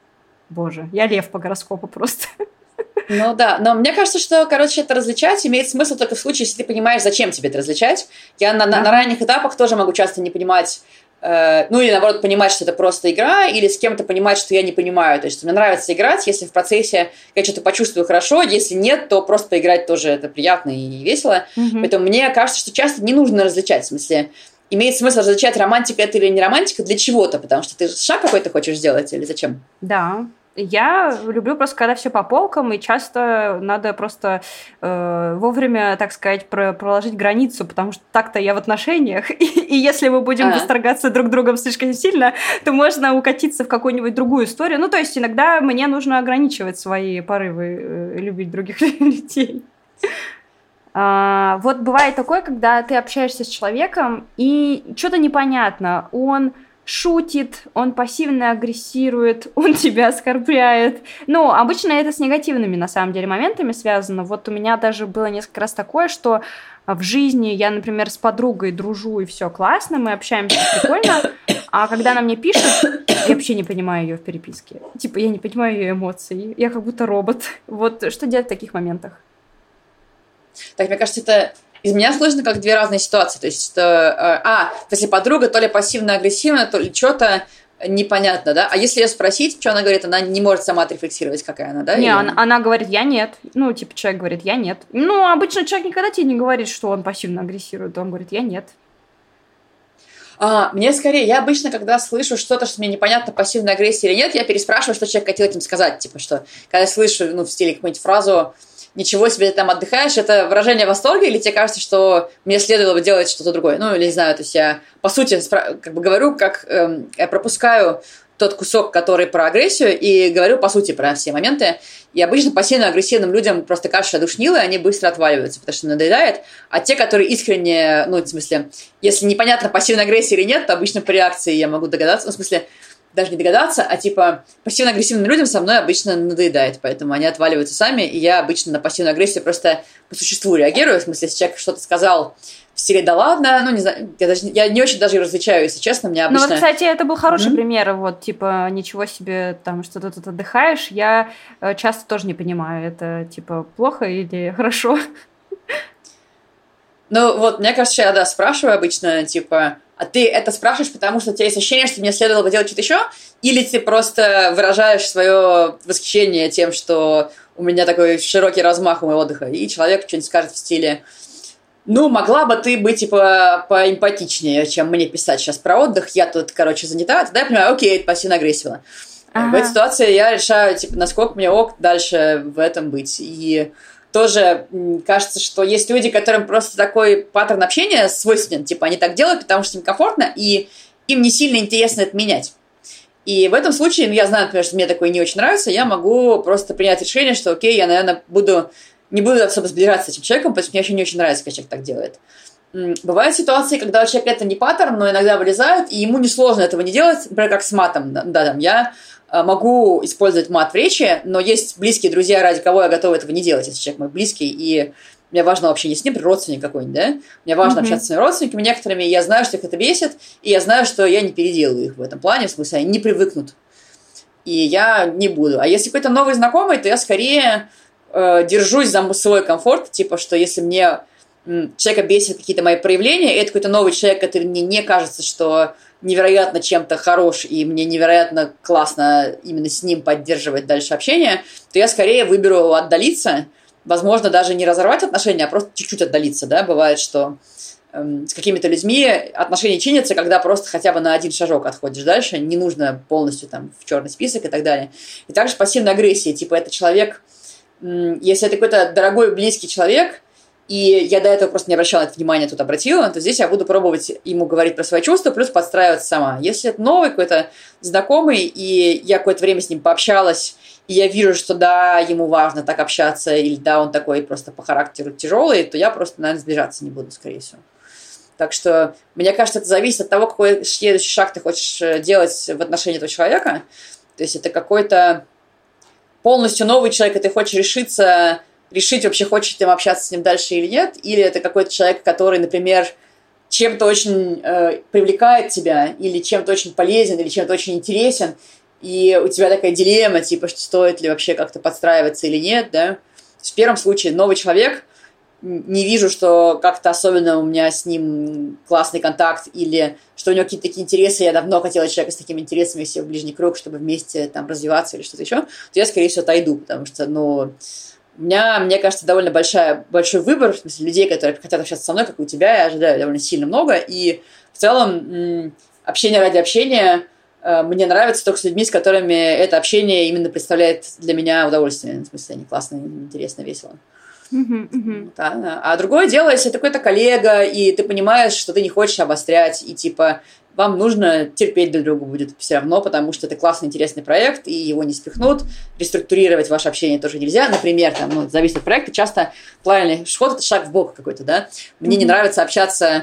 Боже, я лев по гороскопу просто. Ну да, но мне кажется, что, короче, это различать имеет смысл только в случае, если ты понимаешь, зачем тебе это различать. Я на, на, на ранних этапах тоже могу часто не понимать, э, ну или наоборот понимать, что это просто игра, или с кем-то понимать, что я не понимаю. То есть мне нравится играть, если в процессе я что-то почувствую хорошо, если нет, то просто поиграть тоже это приятно и весело. Mm-hmm. Поэтому мне кажется, что часто не нужно различать, в смысле, имеет смысл различать, романтика это или не романтика для чего-то, потому что ты шаг какой-то хочешь сделать или зачем? Да. Я люблю просто, когда все по полкам, и часто надо просто э, вовремя, так сказать, про- проложить границу, потому что так-то я в отношениях, и, и если мы будем а. восторгаться друг другом слишком сильно, то можно укатиться в какую-нибудь другую историю. Ну, то есть иногда мне нужно ограничивать свои порывы э, любить других людей. А, вот бывает такое, когда ты общаешься с человеком, и что-то непонятно, он... шутит, он пассивно агрессирует, он тебя оскорбляет. Ну, обычно это с негативными, на самом деле, моментами связано. Вот у меня даже было несколько раз такое, что в жизни я, например, с подругой дружу, и все классно, мы общаемся прикольно, а когда она мне пишет, я вообще не понимаю ее в переписке. Типа, я не понимаю ее эмоций, я как будто робот. Вот что делать в таких моментах? Так, мне кажется, это... Из меня слышно как две разные ситуации. То есть, что, а, если подруга то ли пассивно-агрессивная, то ли что-то непонятно, да? А если ее спросить, что она говорит, она не может сама отрефлексировать, какая она, да? Не, Или... она, она говорит, я нет. Ну, типа, человек говорит, я нет. Ну, обычно человек никогда тебе не говорит, что он пассивно-агрессирует. Он говорит, я нет. А, мне скорее, я обычно, когда слышу что-то, что мне непонятно, пассивная агрессия или нет, я переспрашиваю, что человек хотел этим сказать. Типа, что, когда я слышу, ну, в стиле какую-нибудь фразу «Ничего себе, ты там отдыхаешь», это выражение восторга, или тебе кажется, что мне следовало бы делать что-то другое? Ну, или не знаю, то есть я, по сути, как бы говорю, как эм, я пропускаю тот кусок, который про агрессию, и говорю, по сути, про все моменты. И обычно пассивно-агрессивным людям просто каша душнилая, они быстро отваливаются, потому что надоедает. А те, которые искренне, ну, в смысле, если непонятно, пассивная агрессия или нет, то обычно по реакции я могу догадаться, ну, в смысле, даже не догадаться, а типа пассивно-агрессивным людям со мной обычно надоедает, поэтому они отваливаются сами, и я обычно на пассивную агрессию просто по существу реагирую, в смысле, если человек что-то сказал в стиле «да ладно», ну, не знаю, я, даже, я не очень даже ее различаю, если честно, мне обычно... Ну, вот, кстати, это был хороший mm-hmm. пример, вот, типа, ничего себе, там, что ты тут отдыхаешь, я э, часто тоже не понимаю, это, типа, плохо или хорошо? Ну, вот, мне кажется, я, да, спрашиваю обычно, типа... А ты это спрашиваешь, потому что у тебя есть ощущение, что мне следовало бы делать что-то еще? Или ты просто выражаешь свое восхищение тем, что у меня такой широкий размах у моего отдыха, и человек что-нибудь скажет в стиле «Ну, могла бы ты быть, типа, поэмпатичнее, чем мне писать сейчас про отдых, я тут, короче, занята». Тогда я понимаю, окей, это пассивно-агрессивно. Ага. В этой ситуации я решаю, типа, насколько мне ок дальше в этом быть. И тоже кажется, что есть люди, которым просто такой паттерн общения свойственен. Типа, они так делают, потому что им комфортно, и им не сильно интересно это менять. И в этом случае, ну, я знаю, например, что мне такое не очень нравится, я могу просто принять решение, что, окей, я, наверное, буду, не буду особо сближаться с этим человеком, потому что мне вообще не очень нравится, когда человек так делает. Бывают ситуации, когда у человека это не паттерн, но иногда вылезают, и ему несложно этого не делать, например, как с матом. Да, там, я могу использовать мат в речи, но есть близкие друзья, ради кого я готова этого не делать, если человек мой близкий, и мне важно вообще не с ним, родственник какой-нибудь, да? Мне важно mm-hmm. общаться с своими родственниками некоторыми, я знаю, что их это бесит, и я знаю, что я не переделаю их в этом плане, в смысле, они не привыкнут. И я не буду. А если какой-то новый знакомый, то я скорее э, держусь за свой комфорт, типа, что если мне м, человека бесит какие-то мои проявления, и это какой-то новый человек, который мне не кажется, что невероятно чем-то хорош, и мне невероятно классно именно с ним поддерживать дальше общение, то я скорее выберу отдалиться, возможно, даже не разорвать отношения, а просто чуть-чуть отдалиться, да, бывает, что эм, с какими-то людьми отношения чинятся, когда просто хотя бы на один шажок отходишь дальше, не нужно полностью там в черный список и так далее. И также пассивная агрессия, типа это человек, м, если это какой-то дорогой, близкий человек, и я до этого просто не обращала на это внимания, тут обратила, то здесь я буду пробовать ему говорить про свои чувства, плюс подстраиваться сама. Если это новый какой-то знакомый, и я какое-то время с ним пообщалась, и я вижу, что да, ему важно так общаться, или да, он такой просто по характеру тяжелый, то я просто, наверное, сближаться не буду, скорее всего. Так что, мне кажется, это зависит от того, какой следующий шаг ты хочешь делать в отношении этого человека. То есть это какой-то полностью новый человек, и ты хочешь решиться, решить вообще, хочешь ты общаться с ним дальше или нет, или это какой-то человек, который, например, чем-то очень э, привлекает тебя, или чем-то очень полезен, или чем-то очень интересен, и у тебя такая дилемма, типа, что стоит ли вообще как-то подстраиваться или нет, да. В первом случае новый человек, не вижу, что как-то особенно у меня с ним классный контакт, или что у него какие-то такие интересы, я давно хотела человека с такими интересами себе в ближний круг, чтобы вместе там развиваться или что-то еще, то я, скорее всего, отойду, потому что, ну, у меня, мне кажется, довольно большая, большой выбор, в смысле, людей, которые хотят общаться со мной, как у тебя, я ожидаю довольно сильно много, и в целом м- общение ради общения мне нравится только с людьми, с которыми это общение именно представляет для меня удовольствие. В смысле, они классные, интересно, весело. Uh-huh, uh-huh. Да, да. А другое дело, если ты какой-то коллега, и ты понимаешь, что ты не хочешь обострять, и типа вам нужно терпеть друг друга будет все равно, потому что это классный, интересный проект, и его не спихнут. Реструктурировать ваше общение тоже нельзя. Например, там, ну, зависит от проекта, часто плавный шход – это шаг в бок какой-то, да. Мне uh-huh. не нравится общаться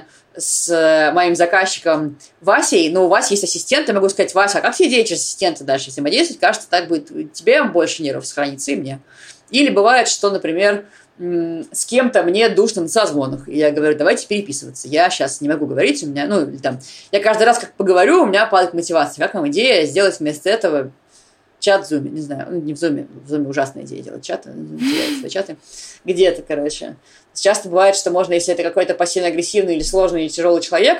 с моим заказчиком Васей, но у вас есть ассистент, я могу сказать: Вася, а как тебе идея через ассистента дальше взаимодействовать? Кажется, так будет тебе больше нервов сохранится и мне. Или бывает, что, например, с кем-то мне душно на созвонах, и я говорю: давайте переписываться. Я сейчас не могу говорить, у меня, ну, там, я каждый раз, как поговорю, у меня падает мотивация. Как вам идея сделать вместо этого чат в Zoom? Не знаю, ну, не в Zoom, в Zoom ужасная идея делать чаты, делать чаты. Где-то, короче. Часто бывает, что можно, если это какой-то пассивно-агрессивный или сложный, или тяжелый человек,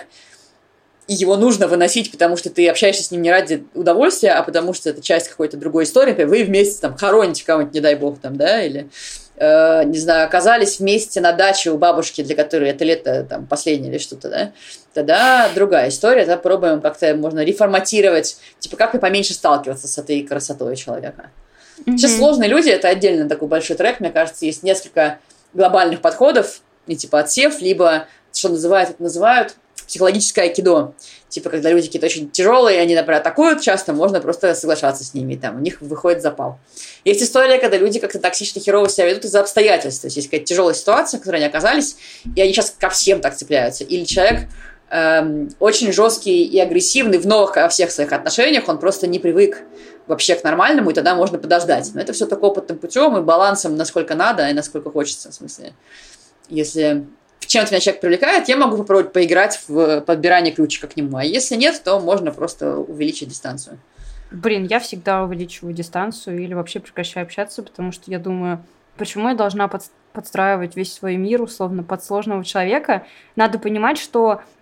и его нужно выносить, потому что ты общаешься с ним не ради удовольствия, а потому что это часть какой-то другой истории. Вы вместе там хороните кого-нибудь, не дай бог, там, да, или, э, не знаю, оказались вместе на даче у бабушки, для которой это лето там последнее или что-то, да, тогда другая история, тогда пробуем как-то, можно реформатировать, типа, как и поменьше сталкиваться с этой красотой человека. Mm-hmm. Сейчас сложные люди, это отдельно такой большой трек, мне кажется, есть несколько глобальных подходов, и типа отсев, либо, что называют, это называют психологическое айкидо. Типа, когда люди какие-то очень тяжелые, они, например, атакуют часто, можно просто соглашаться с ними, там, у них выходит запал. Есть история, когда люди как-то токсично херово себя ведут из-за обстоятельств. То есть есть какая-то тяжелая ситуация, в которой они оказались, и они сейчас ко всем так цепляются. Или человек эм, очень жесткий и агрессивный в новых во всех своих отношениях, он просто не привык вообще к нормальному, и тогда можно подождать. Но это все только опытным путем и балансом, насколько надо и насколько хочется, в смысле. Если чем-то меня человек привлекает, я могу попробовать поиграть в подбирание ключика к нему. А если нет, то можно просто увеличить дистанцию. Блин, я всегда увеличиваю дистанцию или вообще прекращаю общаться, потому что я думаю, почему я должна под, подстраивать весь свой мир условно под сложного человека? Надо понимать, что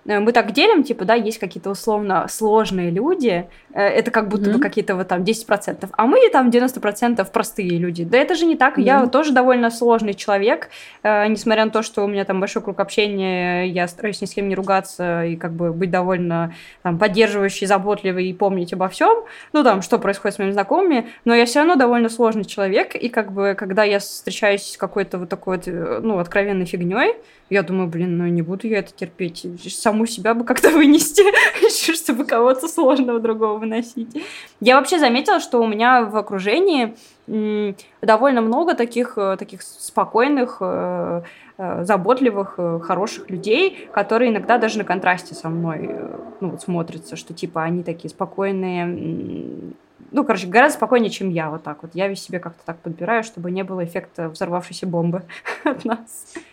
мы так делим, типа, да, есть какие-то условно сложные люди, это как будто mm-hmm. бы какие-то вот там десять процентов, а мы там девяносто процентов простые люди. Да это же не так, mm-hmm. я тоже довольно сложный человек, несмотря на то, что у меня там большой круг общения, я стараюсь ни с кем не ругаться и как бы быть довольно там поддерживающей, заботливой и помнить обо всем, ну там, что происходит с моими знакомыми, но я все равно довольно сложный человек, и как бы, когда я встречаюсь с какой-то вот такой вот, ну, откровенной фигней, я думаю, блин, ну не буду я это терпеть. Саму себя бы как-то вынести, чтобы кого-то сложного другого выносить. Я вообще заметила, что у меня в окружении м, довольно много таких, таких спокойных, э, э, заботливых, э, хороших людей, которые иногда даже на контрасте со мной э, ну, вот смотрятся, что типа они такие спокойные, м, ну, короче, гораздо спокойнее, чем я, вот так вот. Я весь себе как-то так подбираю, чтобы не было эффекта взорвавшейся бомбы от нас.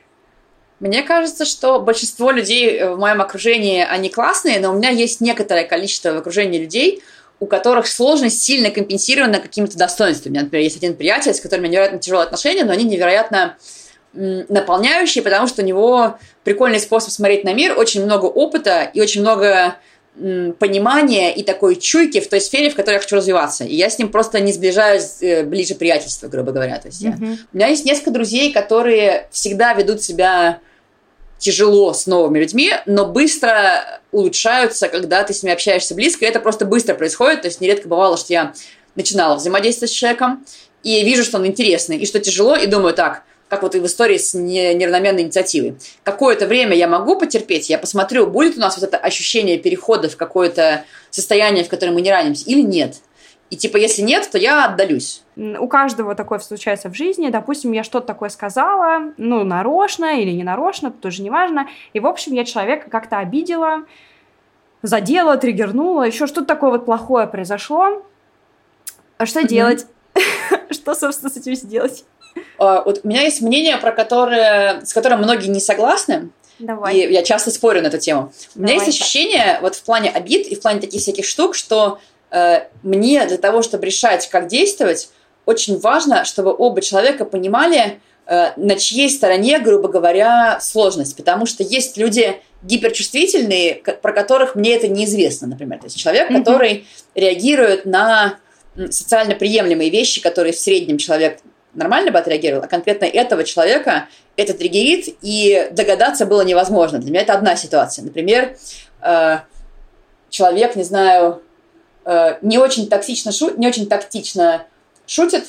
Мне кажется, что большинство людей в моем окружении, они классные, но у меня есть некоторое количество в окружении людей, у которых сложность сильно компенсирована какими-то достоинствами. У меня, например, есть один приятель, с которым у меня невероятно тяжелые отношения, но они невероятно м, наполняющие, потому что у него прикольный способ смотреть на мир, очень много опыта и очень много м, понимания и такой чуйки в той сфере, в которой я хочу развиваться. И я с ним просто не сближаюсь э, ближе приятельства, грубо говоря. То есть mm-hmm. я... У меня есть несколько друзей, которые всегда ведут себя тяжело с новыми людьми, но быстро улучшаются, когда ты с ними общаешься близко, и это просто быстро происходит, то есть нередко бывало, что я начинала взаимодействовать с человеком, и вижу, что он интересный, и что тяжело, и думаю, так, как вот и в истории с неравноменной инициативой. Какое-то время я могу потерпеть, я посмотрю, будет у нас вот это ощущение перехода в какое-то состояние, в котором мы не ранимся, или нет. И типа, если нет, то я отдалюсь. У каждого такое случается в жизни. Допустим, я что-то такое сказала, ну, нарочно или не нарочно, тоже не важно. И, в общем, я человека как-то обидела, задела, триггернула, еще что-то такое вот плохое произошло. А что mm-hmm. делать? Что, собственно, с этим сделать? Uh, вот у меня есть мнение, про которое, с которым многие не согласны. Давай. И я часто спорю на эту тему. У меня Давай. Есть ощущение, вот в плане обид и в плане таких всяких штук, что мне для того, чтобы решать, как действовать, очень важно, чтобы оба человека понимали, на чьей стороне, грубо говоря, сложность. Потому что есть люди гиперчувствительные, про которых мне это неизвестно, например. То есть человек, mm-hmm. который реагирует на социально приемлемые вещи, которые в среднем человек нормально бы отреагировал, а конкретно этого человека это триггерит, и догадаться было невозможно. Для меня это одна ситуация. Например, человек, не знаю... не очень токсично шутит, не очень тактично шутит,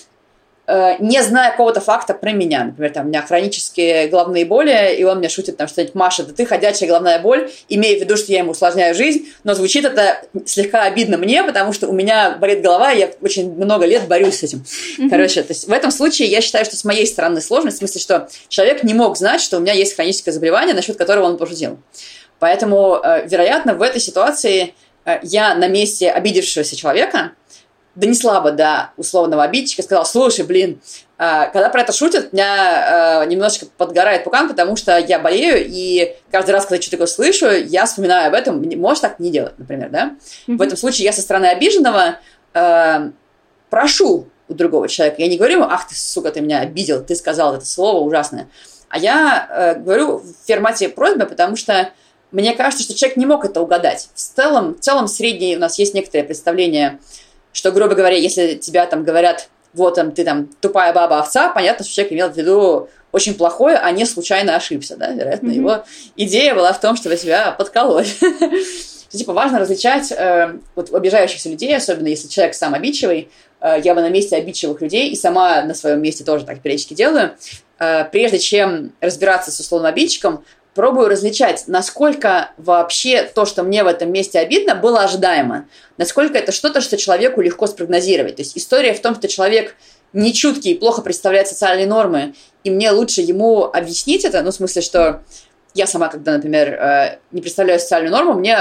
не зная какого-то факта про меня. Например, там, у меня хронические головные боли, и он мне шутит там что-нибудь: Маша, да ты ходячая головная боль, имея в виду, что я ему усложняю жизнь, но звучит это слегка обидно мне, потому что у меня болит голова, и я очень много лет борюсь с этим. Mm-hmm. Короче, то есть в этом случае я считаю, что с моей стороны сложность, в смысле, что человек не мог знать, что у меня есть хроническое заболевание, насчет которого он пошутил. Поэтому, вероятно, в этой ситуации я на месте обидевшегося человека донесла бы до условного обидчика, сказала: слушай, блин, когда про это шутят, меня немножечко подгорает пукан, потому что я болею, и каждый раз, когда я что-то такое слышу, я вспоминаю об этом, можешь так не делать, например, да? Mm-hmm. В этом случае я со стороны обиженного э, прошу у другого человека, я не говорю ему: ах ты, сука, ты меня обидел, ты сказал это слово ужасное, а я э, говорю в формате просьбы, потому что мне кажется, что человек не мог это угадать. В целом, в целом среднее у нас есть некоторое представление, что, грубо говоря, если тебя там говорят: вот там, ты там тупая баба-овца, понятно, что человек имел в виду очень плохое, а не случайно ошибся, да, вероятно, mm-hmm. его идея была в том, чтобы себя подколоть. Типа важно различать э, вот обижающихся людей, особенно если человек сам обидчивый. Э, я бы на месте обидчивых людей, и сама на своем месте тоже так периодически делаю, э, прежде чем разбираться с условным обидчиком, пробую различать, насколько вообще то, что мне в этом месте обидно, было ожидаемо. Насколько это что-то, что человеку легко спрогнозировать. То есть история в том, что человек нечуткий и плохо представляет социальные нормы, и мне лучше ему объяснить это, ну, в смысле, что я сама, когда, например, не представляю социальную норму, мне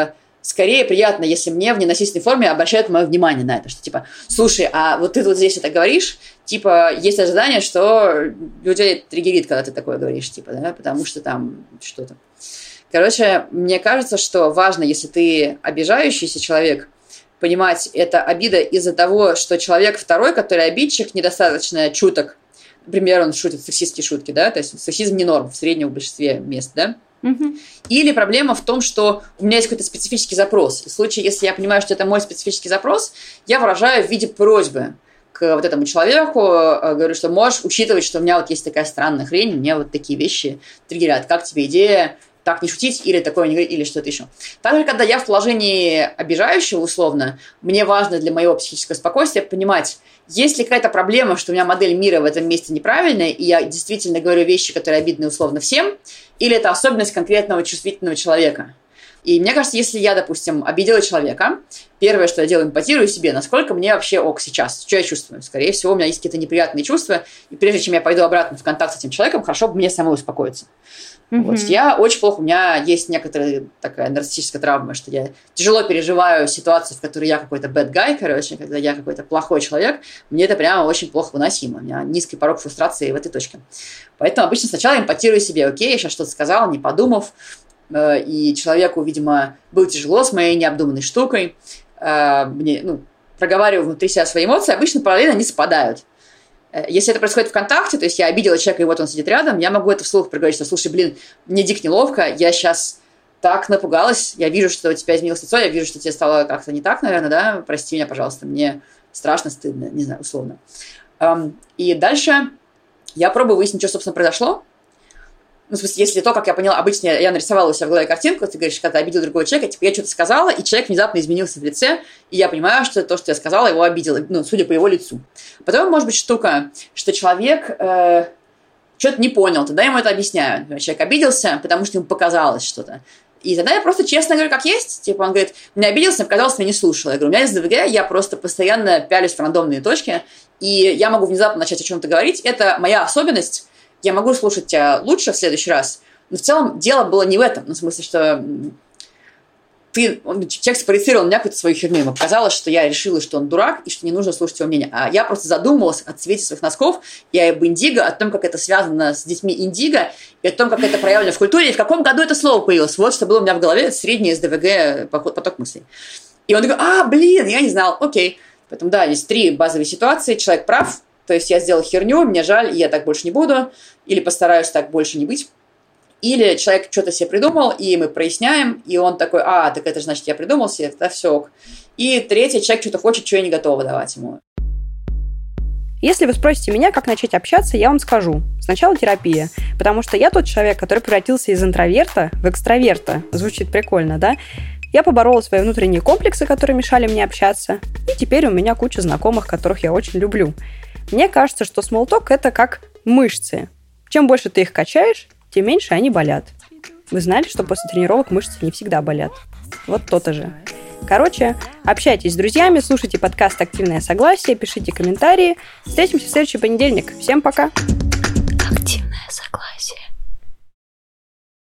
скорее приятно, если мне в ненасильственной форме обращают мое внимание на это, что типа: слушай, а вот ты вот здесь это говоришь, типа, есть ожидание, что людей триггерит, когда ты такое говоришь, типа, да, потому что там что-то. Короче, мне кажется, что важно, если ты обижающийся человек, понимать, это обида из-за того, что человек второй, который обидчик, недостаточно чуток. Например, он шутит сексистские шутки, да, то есть сексизм не норм в среднем в большинстве мест, да. Угу. Или проблема в том, что у меня есть какой-то специфический запрос. В случае, если я понимаю, что это мой специфический запрос, я выражаю в виде просьбы к вот этому человеку, говорю, что можешь учитывать, что у меня вот есть такая странная хрень, мне вот такие вещи триггерят. Как тебе идея так не шутить или такое не говорить, или что-то еще. Также, когда я в положении обижающего, условно, мне важно для моего психического спокойствия понимать, есть ли какая-то проблема, что у меня модель мира в этом месте неправильная, и я действительно говорю вещи, которые обидны условно всем, или это особенность конкретного чувствительного человека. И мне кажется, если я, допустим, обидела человека, первое, что я делаю, эмпатирую себе, насколько мне вообще ок сейчас, что я чувствую. Скорее всего, у меня есть какие-то неприятные чувства, и прежде чем я пойду обратно в контакт с этим человеком, хорошо бы мне самой успокоиться. Mm-hmm. Вот. Я очень плохо, у меня есть некоторая такая нарциссическая травма, что я тяжело переживаю ситуацию, в которой я какой-то bad guy, короче, когда я какой-то плохой человек, мне это прямо очень плохо выносимо. У меня низкий порог фрустрации в этой точке. Поэтому обычно сначала эмпатирую себе, окей, я сейчас что-то сказала, не подумав, и человеку, видимо, было тяжело с моей необдуманной штукой, мне, ну, проговариваю внутри себя свои эмоции, обычно параллельно не совпадают. Если это происходит ВКонтакте, то есть я обидела человека, и вот он сидит рядом, я могу это вслух проговорить, что, слушай, блин, мне дико неловко, я сейчас так напугалась, я вижу, что у тебя изменилось лицо, я вижу, что тебе стало как-то не так, наверное, да, прости меня, пожалуйста, мне страшно, стыдно, не знаю, условно. И дальше я пробую выяснить, что, собственно, произошло. Ну, в смысле, если то, как я поняла, обычно я нарисовала у себя в голове картинку, ты говоришь, когда обидел другого человека, типа, я что-то сказала, и человек внезапно изменился в лице, и я понимаю, что то, что я сказала, его обидело, ну, судя по его лицу. Потом, может быть, штука, что человек э, что-то не понял, тогда я ему это объясняю. Например, человек обиделся, потому что ему показалось что-то. И тогда я просто честно говорю, как есть. Типа, он говорит, меня обиделся, мне показалось, меня не слушал. Я говорю, у меня есть ДВГ, я просто постоянно пялюсь в рандомные точки, и я могу внезапно начать о чем-то говорить. Это моя особенность. Я могу слушать тебя лучше в следующий раз, но в целом дело было не в этом. Ну, в смысле, что ты, он, человек спроецировал на меня какую-то свою херню. Ему показалось, что я решила, что он дурак, и что не нужно слушать его мнение. А я просто задумалась о цвете своих носков, и об индиго, о том, как это связано с детьми индиго, и о том, как это проявлено в культуре, и в каком году это слово появилось. Вот что было у меня в голове, средний эс дэ вэ гэ поток мыслей. И он такой, а, блин, я не знал, окей. Поэтому, да, есть три базовые ситуации. Человек прав, то есть я сделал херню, мне жаль, и я так больше не буду, или постараюсь так больше не быть. Или человек что-то себе придумал, и мы проясняем, и он такой, а, так это же значит, я придумал себе, тогда все ок. И третий, человек что-то хочет, что я не готова давать ему. Если вы спросите меня, как начать общаться, я вам скажу. Сначала терапия, потому что я тот человек, который превратился из интроверта в экстраверта. Звучит прикольно, да? Я поборола свои внутренние комплексы, которые мешали мне общаться, и теперь у меня куча знакомых, которых я очень люблю. Мне кажется, что смолток – это как мышцы. Чем больше ты их качаешь, тем меньше они болят. Вы знали, что после тренировок мышцы не всегда болят? Вот то-то же. Короче, общайтесь с друзьями, слушайте подкаст «Активное согласие», пишите комментарии. Встретимся в следующий понедельник. Всем пока!